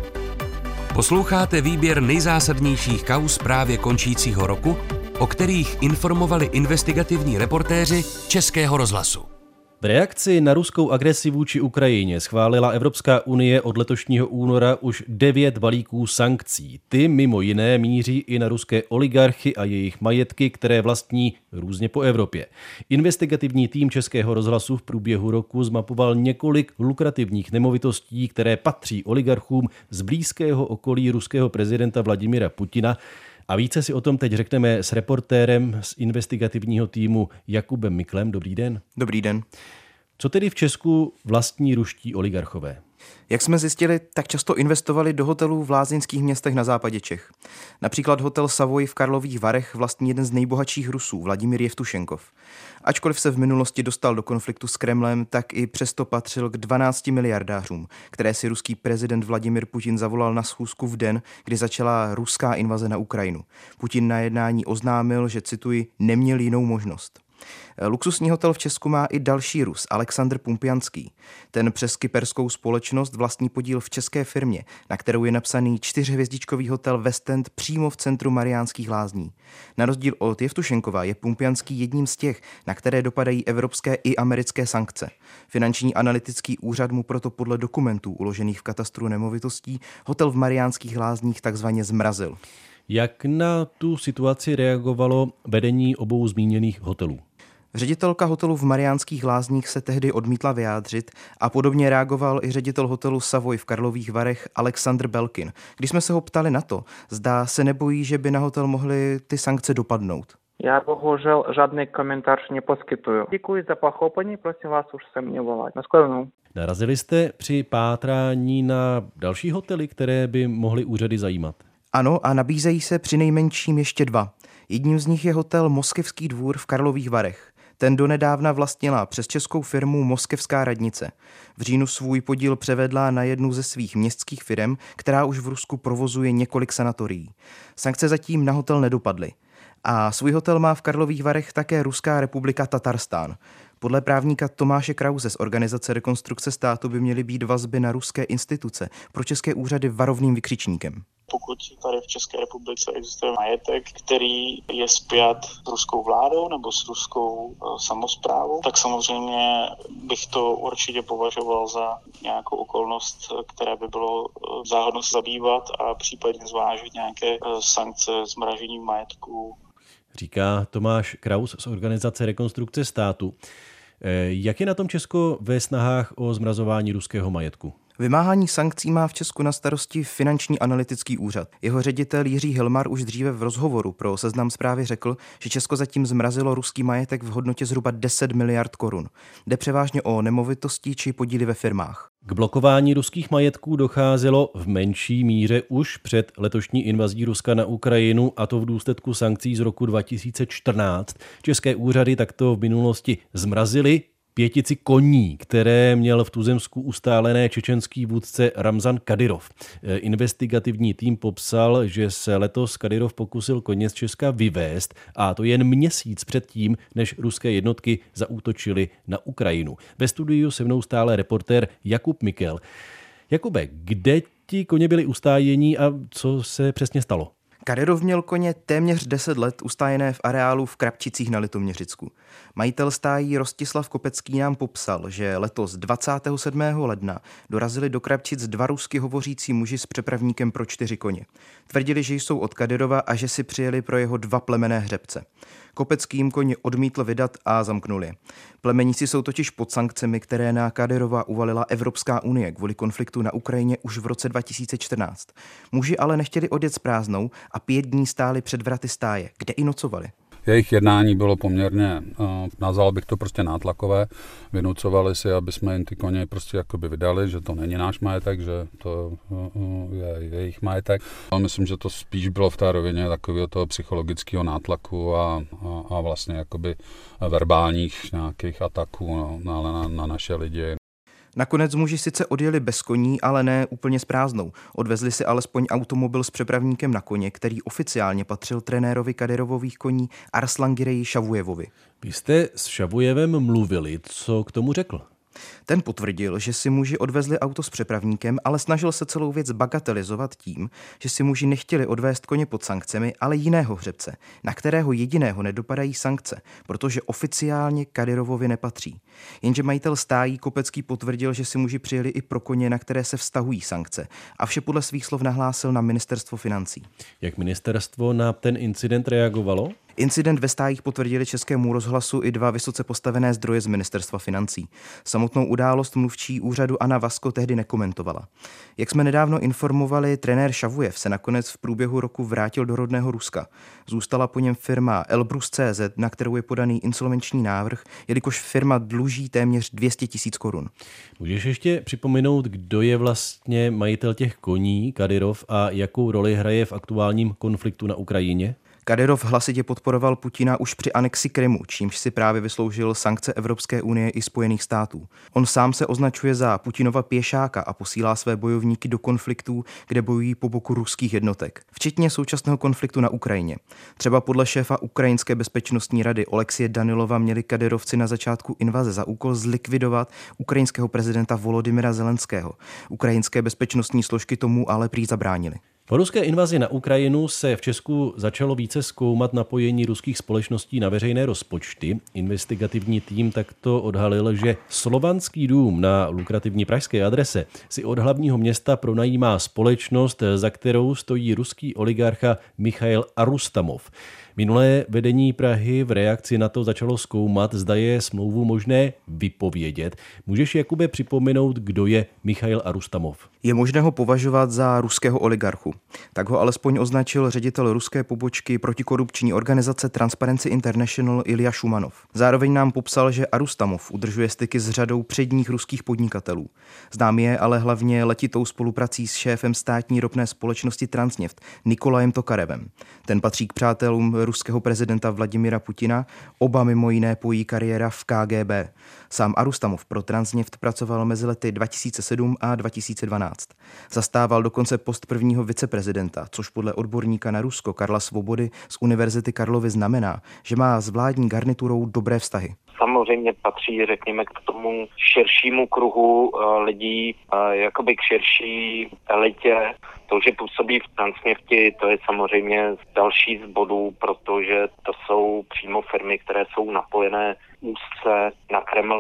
Posloucháte výběr nejzásadnějších kauz právě končícího roku, o kterých informovali investigativní reportéři Českého rozhlasu. V reakci na ruskou agresi vůči Ukrajině schválila Evropská unie od letošního února už devět balíků sankcí. Ty mimo jiné míří i na ruské oligarchy a jejich majetky, které vlastní různě po Evropě. Investigativní tým Českého rozhlasu v průběhu roku zmapoval několik lukrativních nemovitostí, které patří oligarchům z blízkého okolí ruského prezidenta Vladimira Putina. A více si o tom teď řekneme s reportérem z investigativního týmu Jakubem Miklem. Dobrý den. Dobrý den. Co tedy v Česku vlastní ruští oligarchové? Jak jsme zjistili, tak často investovali do hotelů v lázeňských městech na západě Čech. Například hotel Savoy v Karlových Varech vlastní jeden z nejbohatších Rusů, Vladimír Jevtušenkov. Ačkoliv se v minulosti dostal do konfliktu s Kremlem, tak i přesto patřil k dvanácti miliardářům, které si ruský prezident Vladimir Putin zavolal na schůzku v den, kdy začala ruská invaze na Ukrajinu. Putin na jednání oznámil, že, cituji, neměl jinou možnost. Luxusní hotel v Česku má i další Rus, Alexandr Pumpianský. Ten přes kyperskou společnost vlastní podíl v české firmě, na kterou je napsaný čtyřhvězdičkový hotel West End přímo v centru Mariánských Lázní. Na rozdíl od Jevtušenkova je Pumpianský jedním z těch, na které dopadají evropské i americké sankce. Finanční analytický úřad mu proto podle dokumentů uložených v katastru nemovitostí hotel v Mariánských Lázních takzvaně zmrazil. Jak na tu situaci reagovalo vedení obou zmíněných hotelů? Ředitelka hotelu v Mariánských Lázních se tehdy odmítla vyjádřit a podobně reagoval i ředitel hotelu Savoy v Karlových Varech Alexandr Belkin. Když jsme se ho ptali na to, zdá se nebojí, že by na hotel mohly ty sankce dopadnout. Já bohužel žádný komentář neposkytuju. Děkuji za pochopení, prosím vás už se mě volat. Naschledanou. Narazili jste při pátrání na další hotely, které by mohly úřady zajímat? Ano, a nabízejí se přinejmenším ještě dva. Jedním z nich je hotel Moskevský dvůr v Karlových Varech. Ten donedávna vlastnila přes českou firmu Moskevská radnice. V říjnu svůj podíl převedla na jednu ze svých městských firem, která už v Rusku provozuje několik sanatorií. Sankce zatím na hotel nedopadly. A svůj hotel má v Karlových Varech také Ruská republika Tatarstán. Podle právníka Tomáše Krause z organizace Rekonstrukce státu by měly být vazby na ruské instituce pro české úřady varovným vykřičníkem. Pokud tady v České republice existuje majetek, který je spjat s ruskou vládou nebo s ruskou uh, samosprávou, tak samozřejmě bych to určitě považoval za nějakou okolnost, které by bylo uh, záhodno se zabývat a případně zvážit nějaké uh, sankce zmražení majetku. Říká Tomáš Kraus z organizace Rekonstrukce státu. Jak je na tom Česko ve snahách o zmrazování ruského majetku? Vymáhání sankcí má v Česku na starosti Finanční analytický úřad. Jeho ředitel Jiří Hilmar už dříve v rozhovoru pro Seznam Zprávy řekl, že Česko zatím zmrazilo ruský majetek v hodnotě zhruba deset miliard korun. Jde převážně o nemovitosti či podíly ve firmách. K blokování ruských majetků docházelo v menší míře už před letošní invazí Ruska na Ukrajinu, a to v důsledku sankcí z roku dva tisíce čtrnáct. České úřady takto v minulosti zmrazily pětici koní, které měl v tuzemsku ustálené čečenský vůdce Ramzan Kadyrov. Investigativní tým popsal, že se letos Kadyrov pokusil koně z Česka vyvést, a to jen měsíc předtím, než ruské jednotky zaútočily na Ukrajinu. Ve studiu se mnou stále reportér Jakub Mikel. Jakube, kde ti koně byli ustájení a co se přesně stalo? Kadyrov měl koně téměř deset let ustájené v areálu v Krapčicích na Litoměřicku. Majitel stájí Rostislav Kopecký nám popsal, že letos dvacátého sedmého ledna dorazili do Krapčic dva rusky hovořící muži s přepravníkem pro čtyři koně. Tvrdili, že jsou od Kadyrova a že si přijeli pro jeho dva plemenné hřebce. Kopecký jim koně odmítl vydat a zamknul je. Plemeníci jsou totiž pod sankcemi, které na Kadyrova uvalila Evropská unie kvůli konfliktu na Ukrajině už v roce dva tisíce čtrnáct. Muži ale nechtěli odjet s prázdnou a pět dní stáli před vraty stáje, kde i nocovali. Jejich jednání bylo poměrně, nazval bych to prostě nátlakové, vynucovali si, aby jsme jim ty koně prostě jakoby vydali, že to není náš majetek, že to je jejich majetek. Ale myslím, že to spíš bylo v té rovině takového toho psychologického nátlaku a, a, a vlastně jakoby verbálních nějakých ataků na, na, na naše lidi. Nakonec muži sice odjeli bez koní, ale ne úplně s prázdnou. Odvezli si alespoň automobil s přepravníkem na koně, který oficiálně patřil trenérovi Kadyrovových koní Arslangireji Šavujevovi. Vy jste s Šavujevem mluvili, co k tomu řekl? Ten potvrdil, že si muži odvezli auto s přepravníkem, ale snažil se celou věc bagatelizovat tím, že si muži nechtěli odvést koně pod sankcemi, ale jiného hřebce, na kterého jediného nedopadají sankce, protože oficiálně Kadyrovovi nepatří. Jenže majitel stájí Kopecký potvrdil, že si muži přijeli i pro koně, na které se vztahují sankce, a vše podle svých slov nahlásil na ministerstvo financí. Jak ministerstvo na ten incident reagovalo? Incident ve stájích potvrdili Českému rozhlasu i dva vysoce postavené zdroje z ministerstva financí. Samotnou událost mluvčí úřadu Anna Vasko tehdy nekomentovala. Jak jsme nedávno informovali, trenér Šavujev se nakonec v průběhu roku vrátil do rodného Ruska. Zůstala po něm firma Elbrus tečka cé zet, na kterou je podaný insolvenční návrh, jelikož firma dluží téměř dvě stě tisíc korun. Můžeš ještě připomenout, kdo je vlastně majitel těch koní, Kadyrov, a jakou roli hraje v aktuálním konfliktu na Ukrajině? Kadyrov hlasitě podporoval Putina už při anexi Krymu, čímž si právě vysloužil sankce Evropské unie i Spojených států. On sám se označuje za Putinova pěšáka a posílá své bojovníky do konfliktů, kde bojují po boku ruských jednotek, včetně současného konfliktu na Ukrajině. Třeba podle šéfa Ukrajinské bezpečnostní rady Olexie Danilova měli Kadyrovci na začátku invaze za úkol zlikvidovat ukrajinského prezidenta Volodymyra Zelenského. Ukrajinské bezpečnostní složky tomu ale prý zabránily. Po ruské invazi na Ukrajinu se v Česku začalo více zkoumat napojení ruských společností na veřejné rozpočty. Investigativní tým takto odhalil, že Slovanský dům na lukrativní pražské adrese si od hlavního města pronajímá společnost, za kterou stojí ruský oligarcha Michail Arustamov. Minulé vedení Prahy v reakci na to začalo zkoumat, zda je smlouvu možné vypovědět. Můžeš, Jakube, připomenout, kdo je Michail Arustamov? Je možné ho považovat za ruského oligarchu. Tak ho alespoň označil ředitel ruské pobočky protikorupční organizace Transparency International Ilja Šumanov. Zároveň nám popsal, že Arustamov udržuje styky s řadou předních ruských podnikatelů. Znám je ale hlavně letitou spoluprací s šéfem státní ropné společnosti Transneft Nikolajem Tokarevem. Ten patří k přátelům ruského prezidenta Vladimira Putina, oba mimo jiné pojí kariéra v K G B. Sám Arustamov pro Transneft pracoval mezi lety dva tisíce sedm a dva tisíce dvanáct. Zastával dokonce post prvního viceprezidenta, což podle odborníka na Rusko Karla Svobody z Univerzity Karlovy znamená, že má s vládní garniturou dobré vztahy. Samozřejmě patří, řekněme, k tomu širšímu kruhu lidí, jakoby k širší elitě. To, že působí v Transnefti, to je samozřejmě další z bodů, protože to jsou přímo firmy, které jsou napojené úzce na Kreml.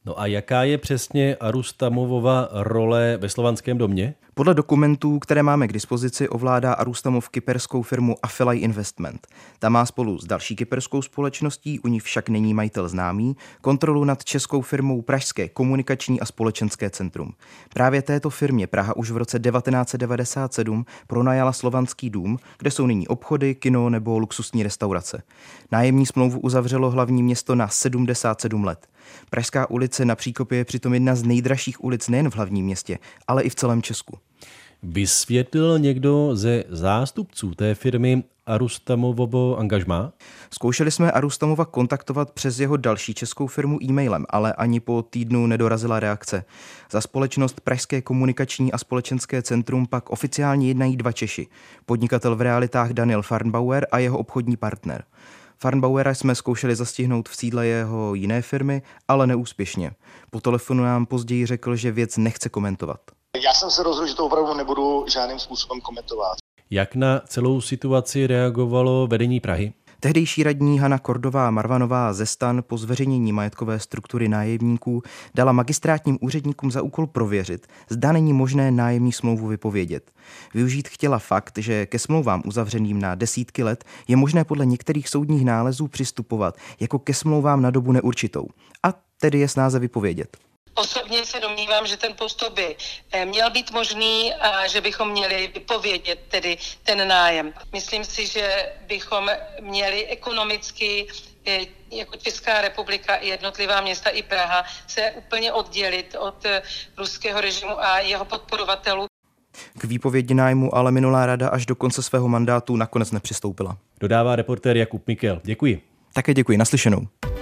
No a jaká je přesně Arustamovova role ve Slovanském domě? Podle dokumentů, které máme k dispozici, ovládá Arustamov kyperskou firmu Affilay Investment. Ta má spolu s další kyperskou společností, u ní však není majitel známý, kontrolu nad českou firmou Pražské komunikační a společenské centrum. Právě této firmě Praha už v roce devatenáct set devadesát sedm pronajala Slovanský dům, kde jsou nyní obchody, kino nebo luxusní restaurace. Nájemní smlouvu uzavřelo hlavní město na sedmdesát sedm let. Pražská ulice na Příkopě je přitom jedna z nejdražších ulic nejen v hlavním městě, ale i v celém Česku. Vysvětlil někdo ze zástupců té firmy Arustamovovo angažmá? Zkoušeli jsme Arustamova kontaktovat přes jeho další českou firmu e-mailem, ale ani po týdnu nedorazila reakce. Za společnost Pražské komunikační a společenské centrum pak oficiálně jednají dva Češi. Podnikatel v realitách Daniel Farnbauer a jeho obchodní partner. Farnbauera jsme zkoušeli zastihnout v sídle jeho jiné firmy, ale neúspěšně. Po telefonu nám později řekl, že věc nechce komentovat. Já jsem se rozhodl, že to opravdu nebudu žádným způsobem komentovat. Jak na celou situaci reagovalo vedení Prahy? Tehdejší radní Hana Kordová Marvanová ze STAN po zveřejnění majetkové struktury nájemníků dala magistrátním úředníkům za úkol prověřit, zda není možné nájemní smlouvu vypovědět. Využít chtěla fakt, že ke smlouvám uzavřeným na desítky let je možné podle některých soudních nálezů přistupovat jako ke smlouvám na dobu neurčitou. A tedy je snáze vypovědět. Osobně se domnívám, že ten postup by měl být možný a že bychom měli vypovědět tedy ten nájem. Myslím si, že bychom měli ekonomicky jako Česká republika i jednotlivá města i Praha se úplně oddělit od ruského režimu a jeho podporovatelů. K výpovědi nájmu ale minulá rada až do konce svého mandátu nakonec nepřistoupila. Dodává reportér Jakub Mikel. Děkuji. Také děkuji, naslyšenou.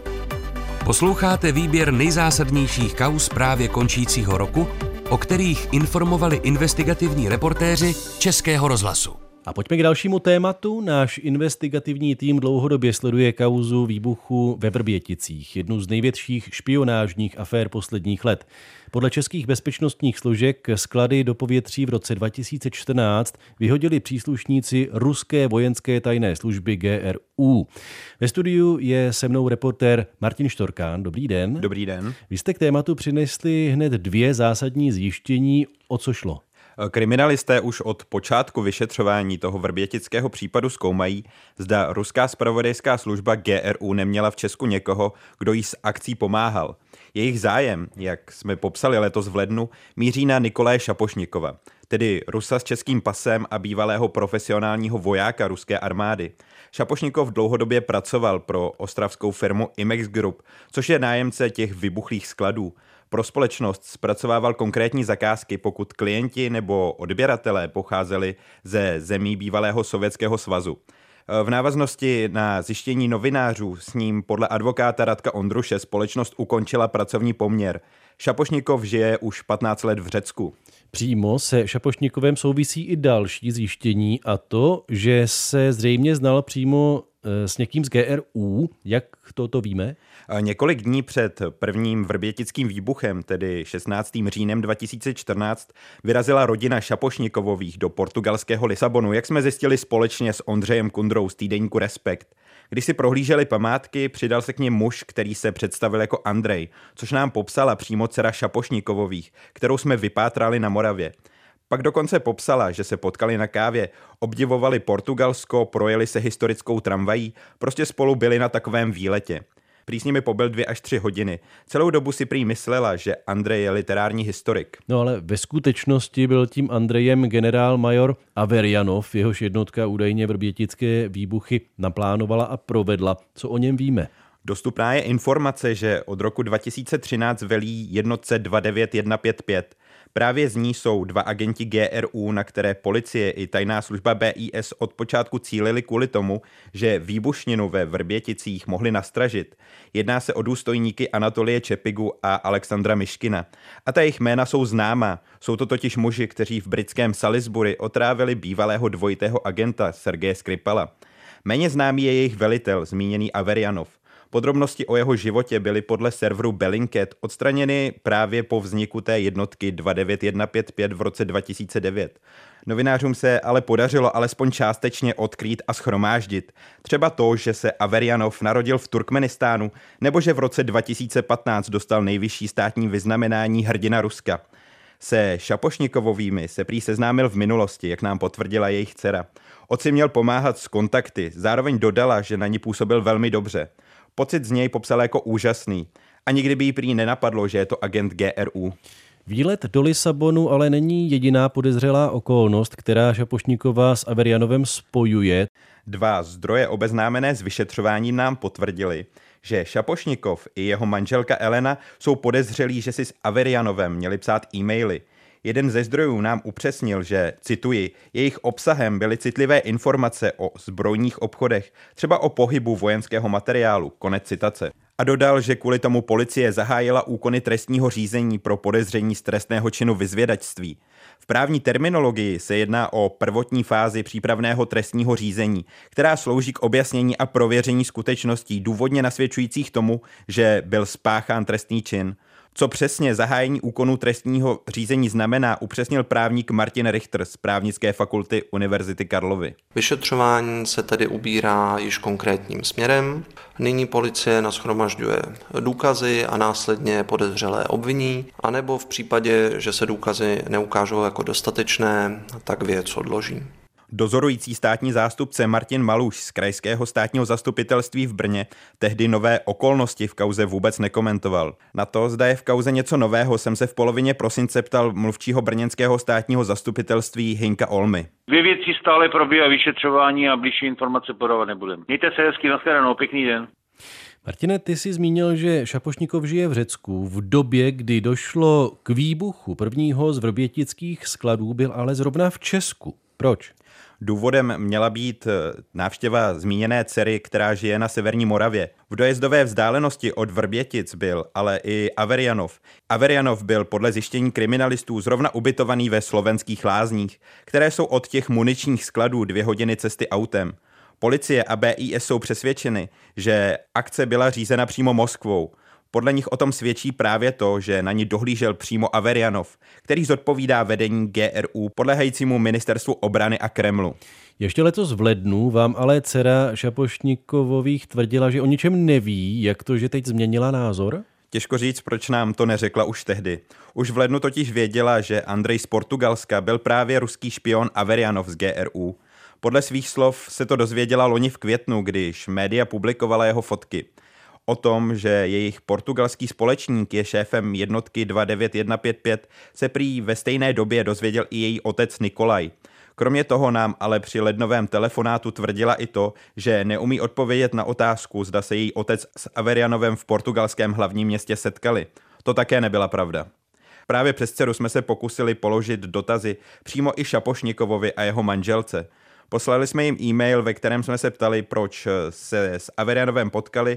Posloucháte výběr nejzásadnějších kauz právě končícího roku, o kterých informovali investigativní reportéři Českého rozhlasu. A pojďme k dalšímu tématu. Náš investigativní tým dlouhodobě sleduje kauzu výbuchu ve Vrběticích, jednu z největších špionážních afér posledních let. Podle českých bezpečnostních složek sklady do povětří v roce dva tisíce čtrnáct vyhodili příslušníci ruské vojenské tajné služby G R U. Ve studiu je se mnou reportér Martin Štorkán. Dobrý den. Dobrý den. Vy jste k tématu přinesli hned dvě zásadní zjištění, o co šlo. Kriminalisté už od počátku vyšetřování toho vrbětického případu zkoumají, zda ruská zpravodajská služba G R U neměla v Česku někoho, kdo jí s akcí pomáhal. Jejich zájem, jak jsme popsali letos v lednu, míří na Nikolaje Šapošnikova, tedy Rusa s českým pasem a bývalého profesionálního vojáka ruské armády. Šapošnikov dlouhodobě pracoval pro ostravskou firmu Imex Group, což je nájemce těch vybuchlých skladů. Pro společnost zpracovával konkrétní zakázky, pokud klienti nebo odběratelé pocházeli ze zemí bývalého Sovětského svazu. V návaznosti na zjištění novinářů s ním podle advokáta Radka Ondruše společnost ukončila pracovní poměr. Šapošnikov žije už patnáct let v Řecku. Přímo se Šapošnikovem souvisí i další zjištění, a to, že se zřejmě znal přímo s někým z G R U. Jak toto víme? Několik dní před prvním vrbětickým výbuchem, tedy šestnáctým říjnem dva tisíce čtrnáct, vyrazila rodina Šapošnikovových do portugalského Lisabonu, jak jsme zjistili společně s Ondřejem Kundrou z týdeníku Respekt. Když si prohlíželi památky, přidal se k nim muž, který se představil jako Andrej, což nám popsala přímo dcera Šapošnikovových, kterou jsme vypátrali na Moravě. Pak dokonce popsala, že se potkali na kávě, obdivovali Portugalsko, projeli se historickou tramvají, prostě spolu byli na takovém výletě. Prý s nimi pobyl dvě až tři hodiny. Celou dobu si prý myslela, že Andrej je literární historik. No ale ve skutečnosti byl tím Andrejem generál major Averjanov, jehož jednotka údajně vrbětické výbuchy naplánovala a provedla. Co o něm víme? Dostupná je informace, že od roku dva tisíce třináct velí jednotce dva devět jedna pět pět. Právě z ní jsou dva agenti G R U, na které policie i tajná služba B I S od počátku cílili kvůli tomu, že výbušninu ve Vrběticích mohli nastražit. Jedná se o důstojníky Anatolie Čepigu a Alexandra Myškina. A ta jejich jména jsou známá. Jsou to totiž muži, kteří v britském Salisbury otrávili bývalého dvojitého agenta Sergeje Skripala. Méně známý je jejich velitel, zmíněný Averjanov. Podrobnosti o jeho životě byly podle serveru Bellingcat odstraněny právě po vzniku té jednotky dva devět jedna pět pět v roce dva tisíce devět. Novinářům se ale podařilo alespoň částečně odkrýt a shromáždit. Třeba to, že se Averjanov narodil v Turkmenistánu, nebo že v roce dva tisíce patnáct dostal nejvyšší státní vyznamenání hrdina Ruska. Se Šapošnikovovými se prý seznámil v minulosti, jak nám potvrdila jejich dcera. Otci měl pomáhat s kontakty, zároveň dodala, že na ní působil velmi dobře. Pocit z něj popsal jako úžasný a nikdy by jí prý nenapadlo, že je to agent G R U. Výlet do Lisabonu ale není jediná podezřelá okolnost, která Šapošníková s Averjanovem spojuje. Dva zdroje obeznámené s vyšetřováním nám potvrdili, že Šapošnikov i jeho manželka Elena jsou podezřelí, že si s Averjanovem měli psát e-maily. Jeden ze zdrojů nám upřesnil, že, cituji, jejich obsahem byly citlivé informace o zbrojních obchodech, třeba o pohybu vojenského materiálu, konec citace. A dodal, že kvůli tomu policie zahájila úkony trestního řízení pro podezření z trestného činu vyzvědačství. V právní terminologii se jedná o prvotní fázi přípravného trestního řízení, která slouží k objasnění a prověření skutečností důvodně nasvědčujících tomu, že byl spáchán trestný čin. Co přesně zahájení úkonu trestního řízení znamená, upřesnil právník Martin Richter z právnické fakulty Univerzity Karlovy. Vyšetřování se tedy ubírá již konkrétním směrem. Nyní policie nashromažďuje důkazy a následně podezřelé obviní, anebo v případě, že se důkazy neukážou jako dostatečné, tak věc odloží. Dozorující státní zástupce Martin Maluš z Krajského státního zastupitelství v Brně tehdy nové okolnosti v kauze vůbec nekomentoval. Na to, zda je v kauze něco nového, jsem se v polovině prosince ptal mluvčího brněnského státního zastupitelství Hynka Olmy. Dvě věci stále probíhá vyšetřování a blížší informace podávat nebudeme. Mějte se hezky, nashledanou, pěkný den. Martine, ty jsi zmínil, že Šapošníkov žije v Řecku. V době, kdy došlo k výbuchu prvního z vrbětických skladů, byl ale zrovna v Česku. Proč? Důvodem měla být návštěva zmíněné dcery, která žije na severní Moravě. V dojezdové vzdálenosti od Vrbětic byl ale i Averjanov. Averjanov byl podle zjištění kriminalistů zrovna ubytovaný ve Slovenských Lázních, které jsou od těch muničních skladů dvě hodiny cesty autem. Policie a B I S jsou přesvědčeny, že akce byla řízena přímo Moskvou. Podle nich o tom svědčí právě to, že na ní dohlížel přímo Averjanov, který zodpovídá vedení G R U podléhajícímu ministerstvu obrany a Kremlu. Ještě letos v lednu vám ale dcera Šapošníkovových tvrdila, že o ničem neví, jak to, že teď změnila názor? Těžko říct, proč nám to neřekla už tehdy. Už v lednu totiž věděla, že Andrej z Portugalska byl právě ruský špion Averjanov z G R U. Podle svých slov se to dozvěděla loni v květnu, když média publikovala jeho fotky. O tom, že jejich portugalský společník je šéfem jednotky dva devět jedna pět pět, se prý ve stejné době dozvěděl i její otec Nikolaj. Kromě toho nám ale při lednovém telefonátu tvrdila i to, že neumí odpovědět na otázku, zda se její otec s Averjanovem v portugalském hlavním městě setkali. To také nebyla pravda. Právě přes dceru jsme se pokusili položit dotazy přímo i Šapošnikovovi a jeho manželce. Poslali jsme jim e-mail, ve kterém jsme se ptali, proč se s Averjanovem potkali,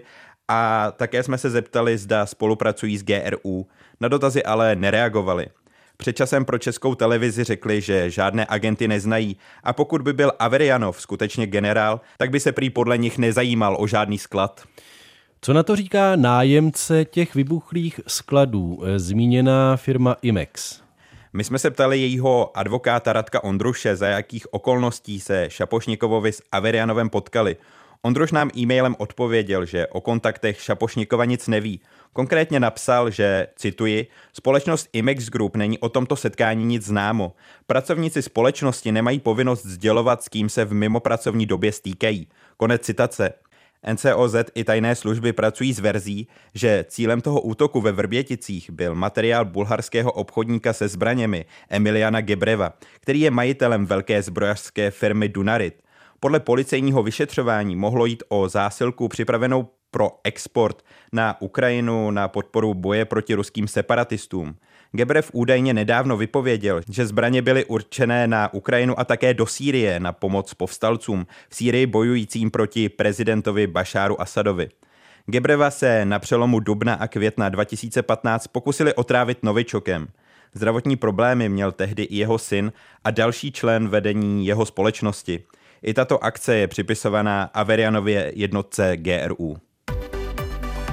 a také jsme se zeptali, zda spolupracují s G R U. Na dotazy ale nereagovali. Před časem pro Českou televizi řekli, že žádné agenty neznají a pokud by byl Averjanov skutečně generál, tak by se prý podle nich nezajímal o žádný sklad. Co na to říká nájemce těch vybuchlých skladů, zmíněná firma Imex? My jsme se ptali jejího advokáta Radka Ondruše, za jakých okolností se Šapošnikovovi s Averjanovem potkali. Ondruš nám e-mailem odpověděl, že o kontaktech Šapošníkova nic neví. Konkrétně napsal, že, cituji, společnost Imex Group není o tomto setkání nic známo. Pracovníci společnosti nemají povinnost sdělovat, s kým se v mimopracovní době stýkají. Konec citace. N C O Z i tajné služby pracují s verzí, že cílem toho útoku ve Vrběticích byl materiál bulharského obchodníka se zbraněmi Emiliana Gebreva, který je majitelem velké zbrojařské firmy Dunarit. Podle policejního vyšetřování mohlo jít o zásilku připravenou pro export na Ukrajinu na podporu boje proti ruským separatistům. Gebrev údajně nedávno vypověděl, že zbraně byly určené na Ukrajinu a také do Sýrie na pomoc povstalcům v Sýrii bojujícím proti prezidentovi Bašáru Asadovi. Gebreva se na přelomu dubna a května dva tisíce patnáct pokusili otrávit novičokem. Zdravotní problémy měl tehdy i jeho syn a další člen vedení jeho společnosti. I tato akce je připisovaná Averjanově jednotce G R U.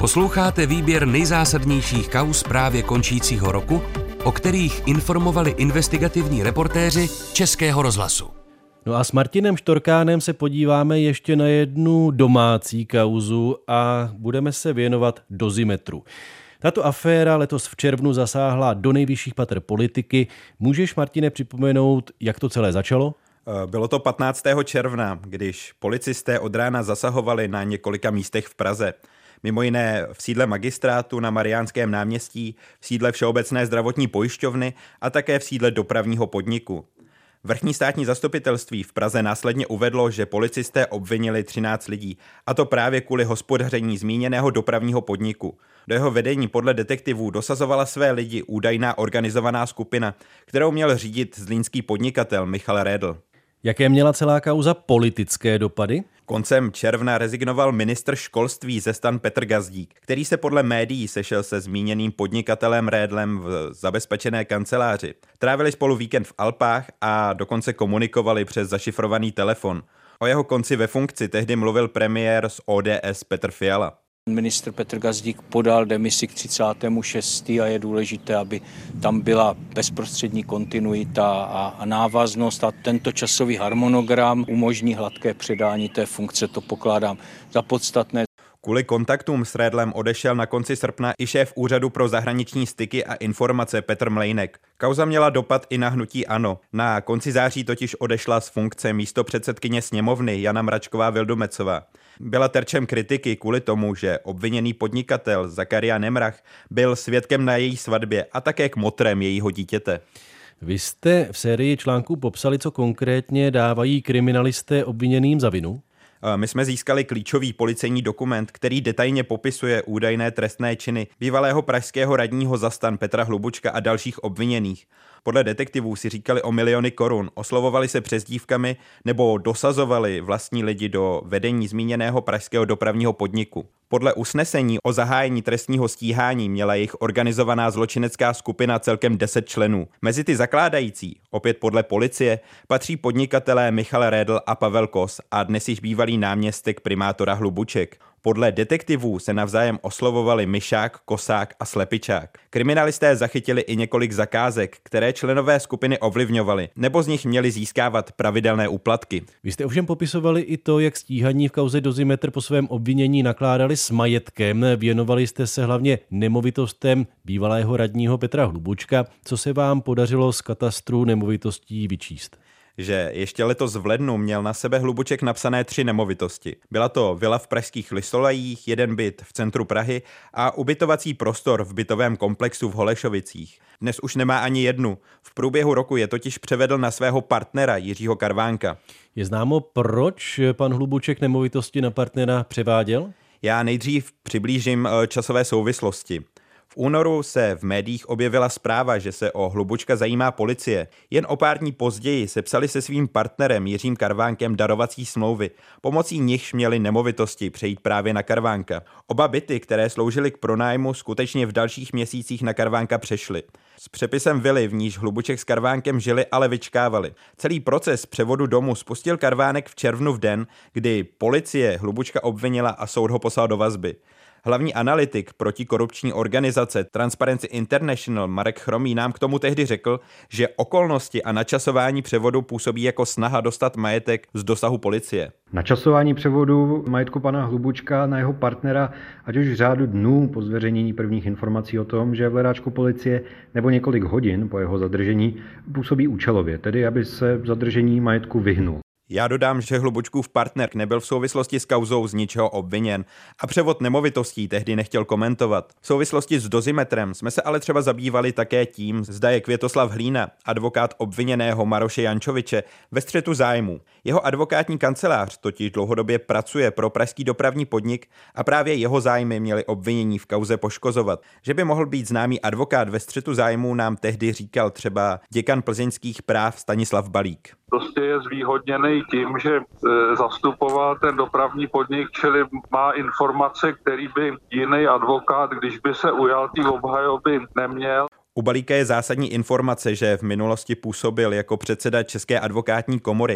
Posloucháte výběr nejzásadnějších kauz právě končícího roku, o kterých informovali investigativní reportéři Českého rozhlasu. No a s Martinem Štorkánem se podíváme ještě na jednu domácí kauzu a budeme se věnovat Dozimetru. Tato aféra letos v červnu zasáhla do nejvyšších pater politiky. Můžeš, Martine, připomenout, jak to celé začalo? Bylo to patnáctého června, když policisté od rána zasahovali na několika místech v Praze. Mimo jiné v sídle magistrátu na Mariánském náměstí, v sídle Všeobecné zdravotní pojišťovny a také v sídle dopravního podniku. Vrchní státní zastupitelství v Praze následně uvedlo, že policisté obvinili třináct lidí, a to právě kvůli hospodaření zmíněného dopravního podniku. Do jeho vedení podle detektivů dosazovala své lidi údajná organizovaná skupina, kterou měl řídit zlínský podnikatel Michal Redl. Jaké měla celá kauza politické dopady? Koncem června rezignoval ministr školství ze stan Petr Gazdík, který se podle médií sešel se zmíněným podnikatelem Redlem v zabezpečené kanceláři. Trávili spolu víkend v Alpách a dokonce komunikovali přes zašifrovaný telefon. O jeho konci ve funkci tehdy mluvil premiér z O D S Petr Fiala. Ministr Petr Gazdík podal demisi k třicátému šestému a je důležité, aby tam byla bezprostřední kontinuita a, a návaznost a tento časový harmonogram umožní hladké předání té funkce, to pokládám za podstatné. Kvůli kontaktům s Redlem odešel na konci srpna i šéf Úřadu pro zahraniční styky a informace Petr Mlejnek. Kauza měla dopad i na hnutí ANO. Na konci září totiž odešla z funkce místopředsedkyně sněmovny Jana Mračková Vildumecová. Byla terčem kritiky kvůli tomu, že obviněný podnikatel Zakaria Nemrach byl svědkem na její svatbě a také kmotrem jejího dítěte. Vy jste v sérii článků popsali, co konkrétně dávají kriminalisté obviněným za vinu? My jsme získali klíčový policejní dokument, který detailně popisuje údajné trestné činy bývalého pražského radního za stan Petra Hlubučka a dalších obviněných. Podle detektivů si říkali o miliony korun, oslovovali se přezdívkami nebo dosazovali vlastní lidi do vedení zmíněného pražského dopravního podniku. Podle usnesení o zahájení trestního stíhání měla jejich organizovaná zločinecká skupina celkem deset členů. Mezi ty zakládající, opět podle policie, patří podnikatelé Michal Redl a Pavel Kos a dnes již bývalý náměstek primátora Hlubuček. Podle detektivů se navzájem oslovovali Myšák, Kosák a Slepičák. Kriminalisté zachytili i několik zakázek, které členové skupiny ovlivňovali, nebo z nich měli získávat pravidelné úplatky. Vy jste ovšem popisovali i to, jak stíhaní v kauze Dozimetr po svém obvinění nakládali s majetkem. Věnovali jste se hlavně nemovitostem bývalého radního Petra Hlubučka. Co se vám podařilo z katastru nemovitostí vyčíst? Že ještě letos v lednu měl na sebe Hlubuček napsané tři nemovitosti. Byla to vila v pražských Listolajích, jeden byt v centru Prahy a ubytovací prostor v bytovém komplexu v Holešovicích. Dnes už nemá ani jednu. V průběhu roku je totiž převedl na svého partnera Jiřího Karvánka. Je známo, proč pan Hlubuček nemovitosti na partnera převáděl? Já nejdřív přiblížím časové souvislosti. V únoru se v médiích objevila zpráva, že se o Hlubučka zajímá policie. Jen o pár dní později sepsali se svým partnerem Jiřím Karvánkem darovací smlouvy. Pomocí nichž měli nemovitosti přejít právě na Karvánka. Oba byty, které sloužily k pronájmu, skutečně v dalších měsících na Karvánka přešly. S přepisem vily, v níž Hlubuček s Karvánkem žili, ale vyčkávali. Celý proces převodu domu spustil Karvánek v červnu v den, kdy policie Hlubučka obvinila a soud ho poslal do vazby. Hlavní analytik protikorupční organizace Transparency International Marek Chromý nám k tomu tehdy řekl, že okolnosti a načasování převodu působí jako snaha dostat majetek z dosahu policie. Načasování převodu majetku pana Hlubučka na jeho partnera, ať už v řádu dnů po zveřejnění prvních informací o tom, že je v hledáčku policie, nebo několik hodin po jeho zadržení, působí účelově, tedy aby se zadržení majetku vyhnul. Já dodám, že Hlubučkův partner nebyl v souvislosti s kauzou z ničeho obviněn a převod nemovitostí tehdy nechtěl komentovat. V souvislosti s Dozimetrem jsme se ale třeba zabývali také tím, zda je Květoslav Hlína, advokát obviněného Maroše Jančoviče, ve střetu zájmů. Jeho advokátní kancelář totiž dlouhodobě pracuje pro pražský dopravní podnik a právě jeho zájmy měly obvinění v kauze poškozovat. Že by mohl být známý advokát ve střetu zájmů, nám tehdy říkal třeba děkan plzeňských práv Stanislav Balík. Prostě je zvýhodněný tím, že e, zastupoval ten dopravní podnik, čili má informace, který by jiný advokát, když by se ujal té obhajoby, neměl. U Balíka je zásadní informace, že v minulosti působil jako předseda České advokátní komory.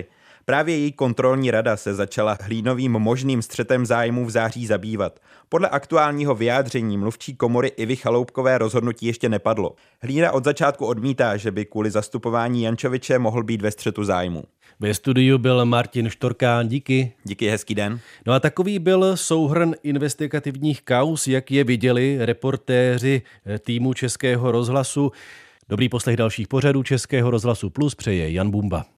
Právě její kontrolní rada se začala Hlínovým možným střetem zájmů v září zabývat. Podle aktuálního vyjádření mluvčí komory Ivy Chaloupkové rozhodnutí ještě nepadlo. Hlína od začátku odmítá, že by kvůli zastupování Jančoviče mohl být ve střetu zájmů. Ve studiu byl Martin Štorkán, díky. Díky, hezký den. No a takový byl souhrn investigativních kauz, jak je viděli reportéři týmu Českého rozhlasu. Dobrý poslech dalších pořadů Českého rozhlasu Plus přeje Jan Bumba.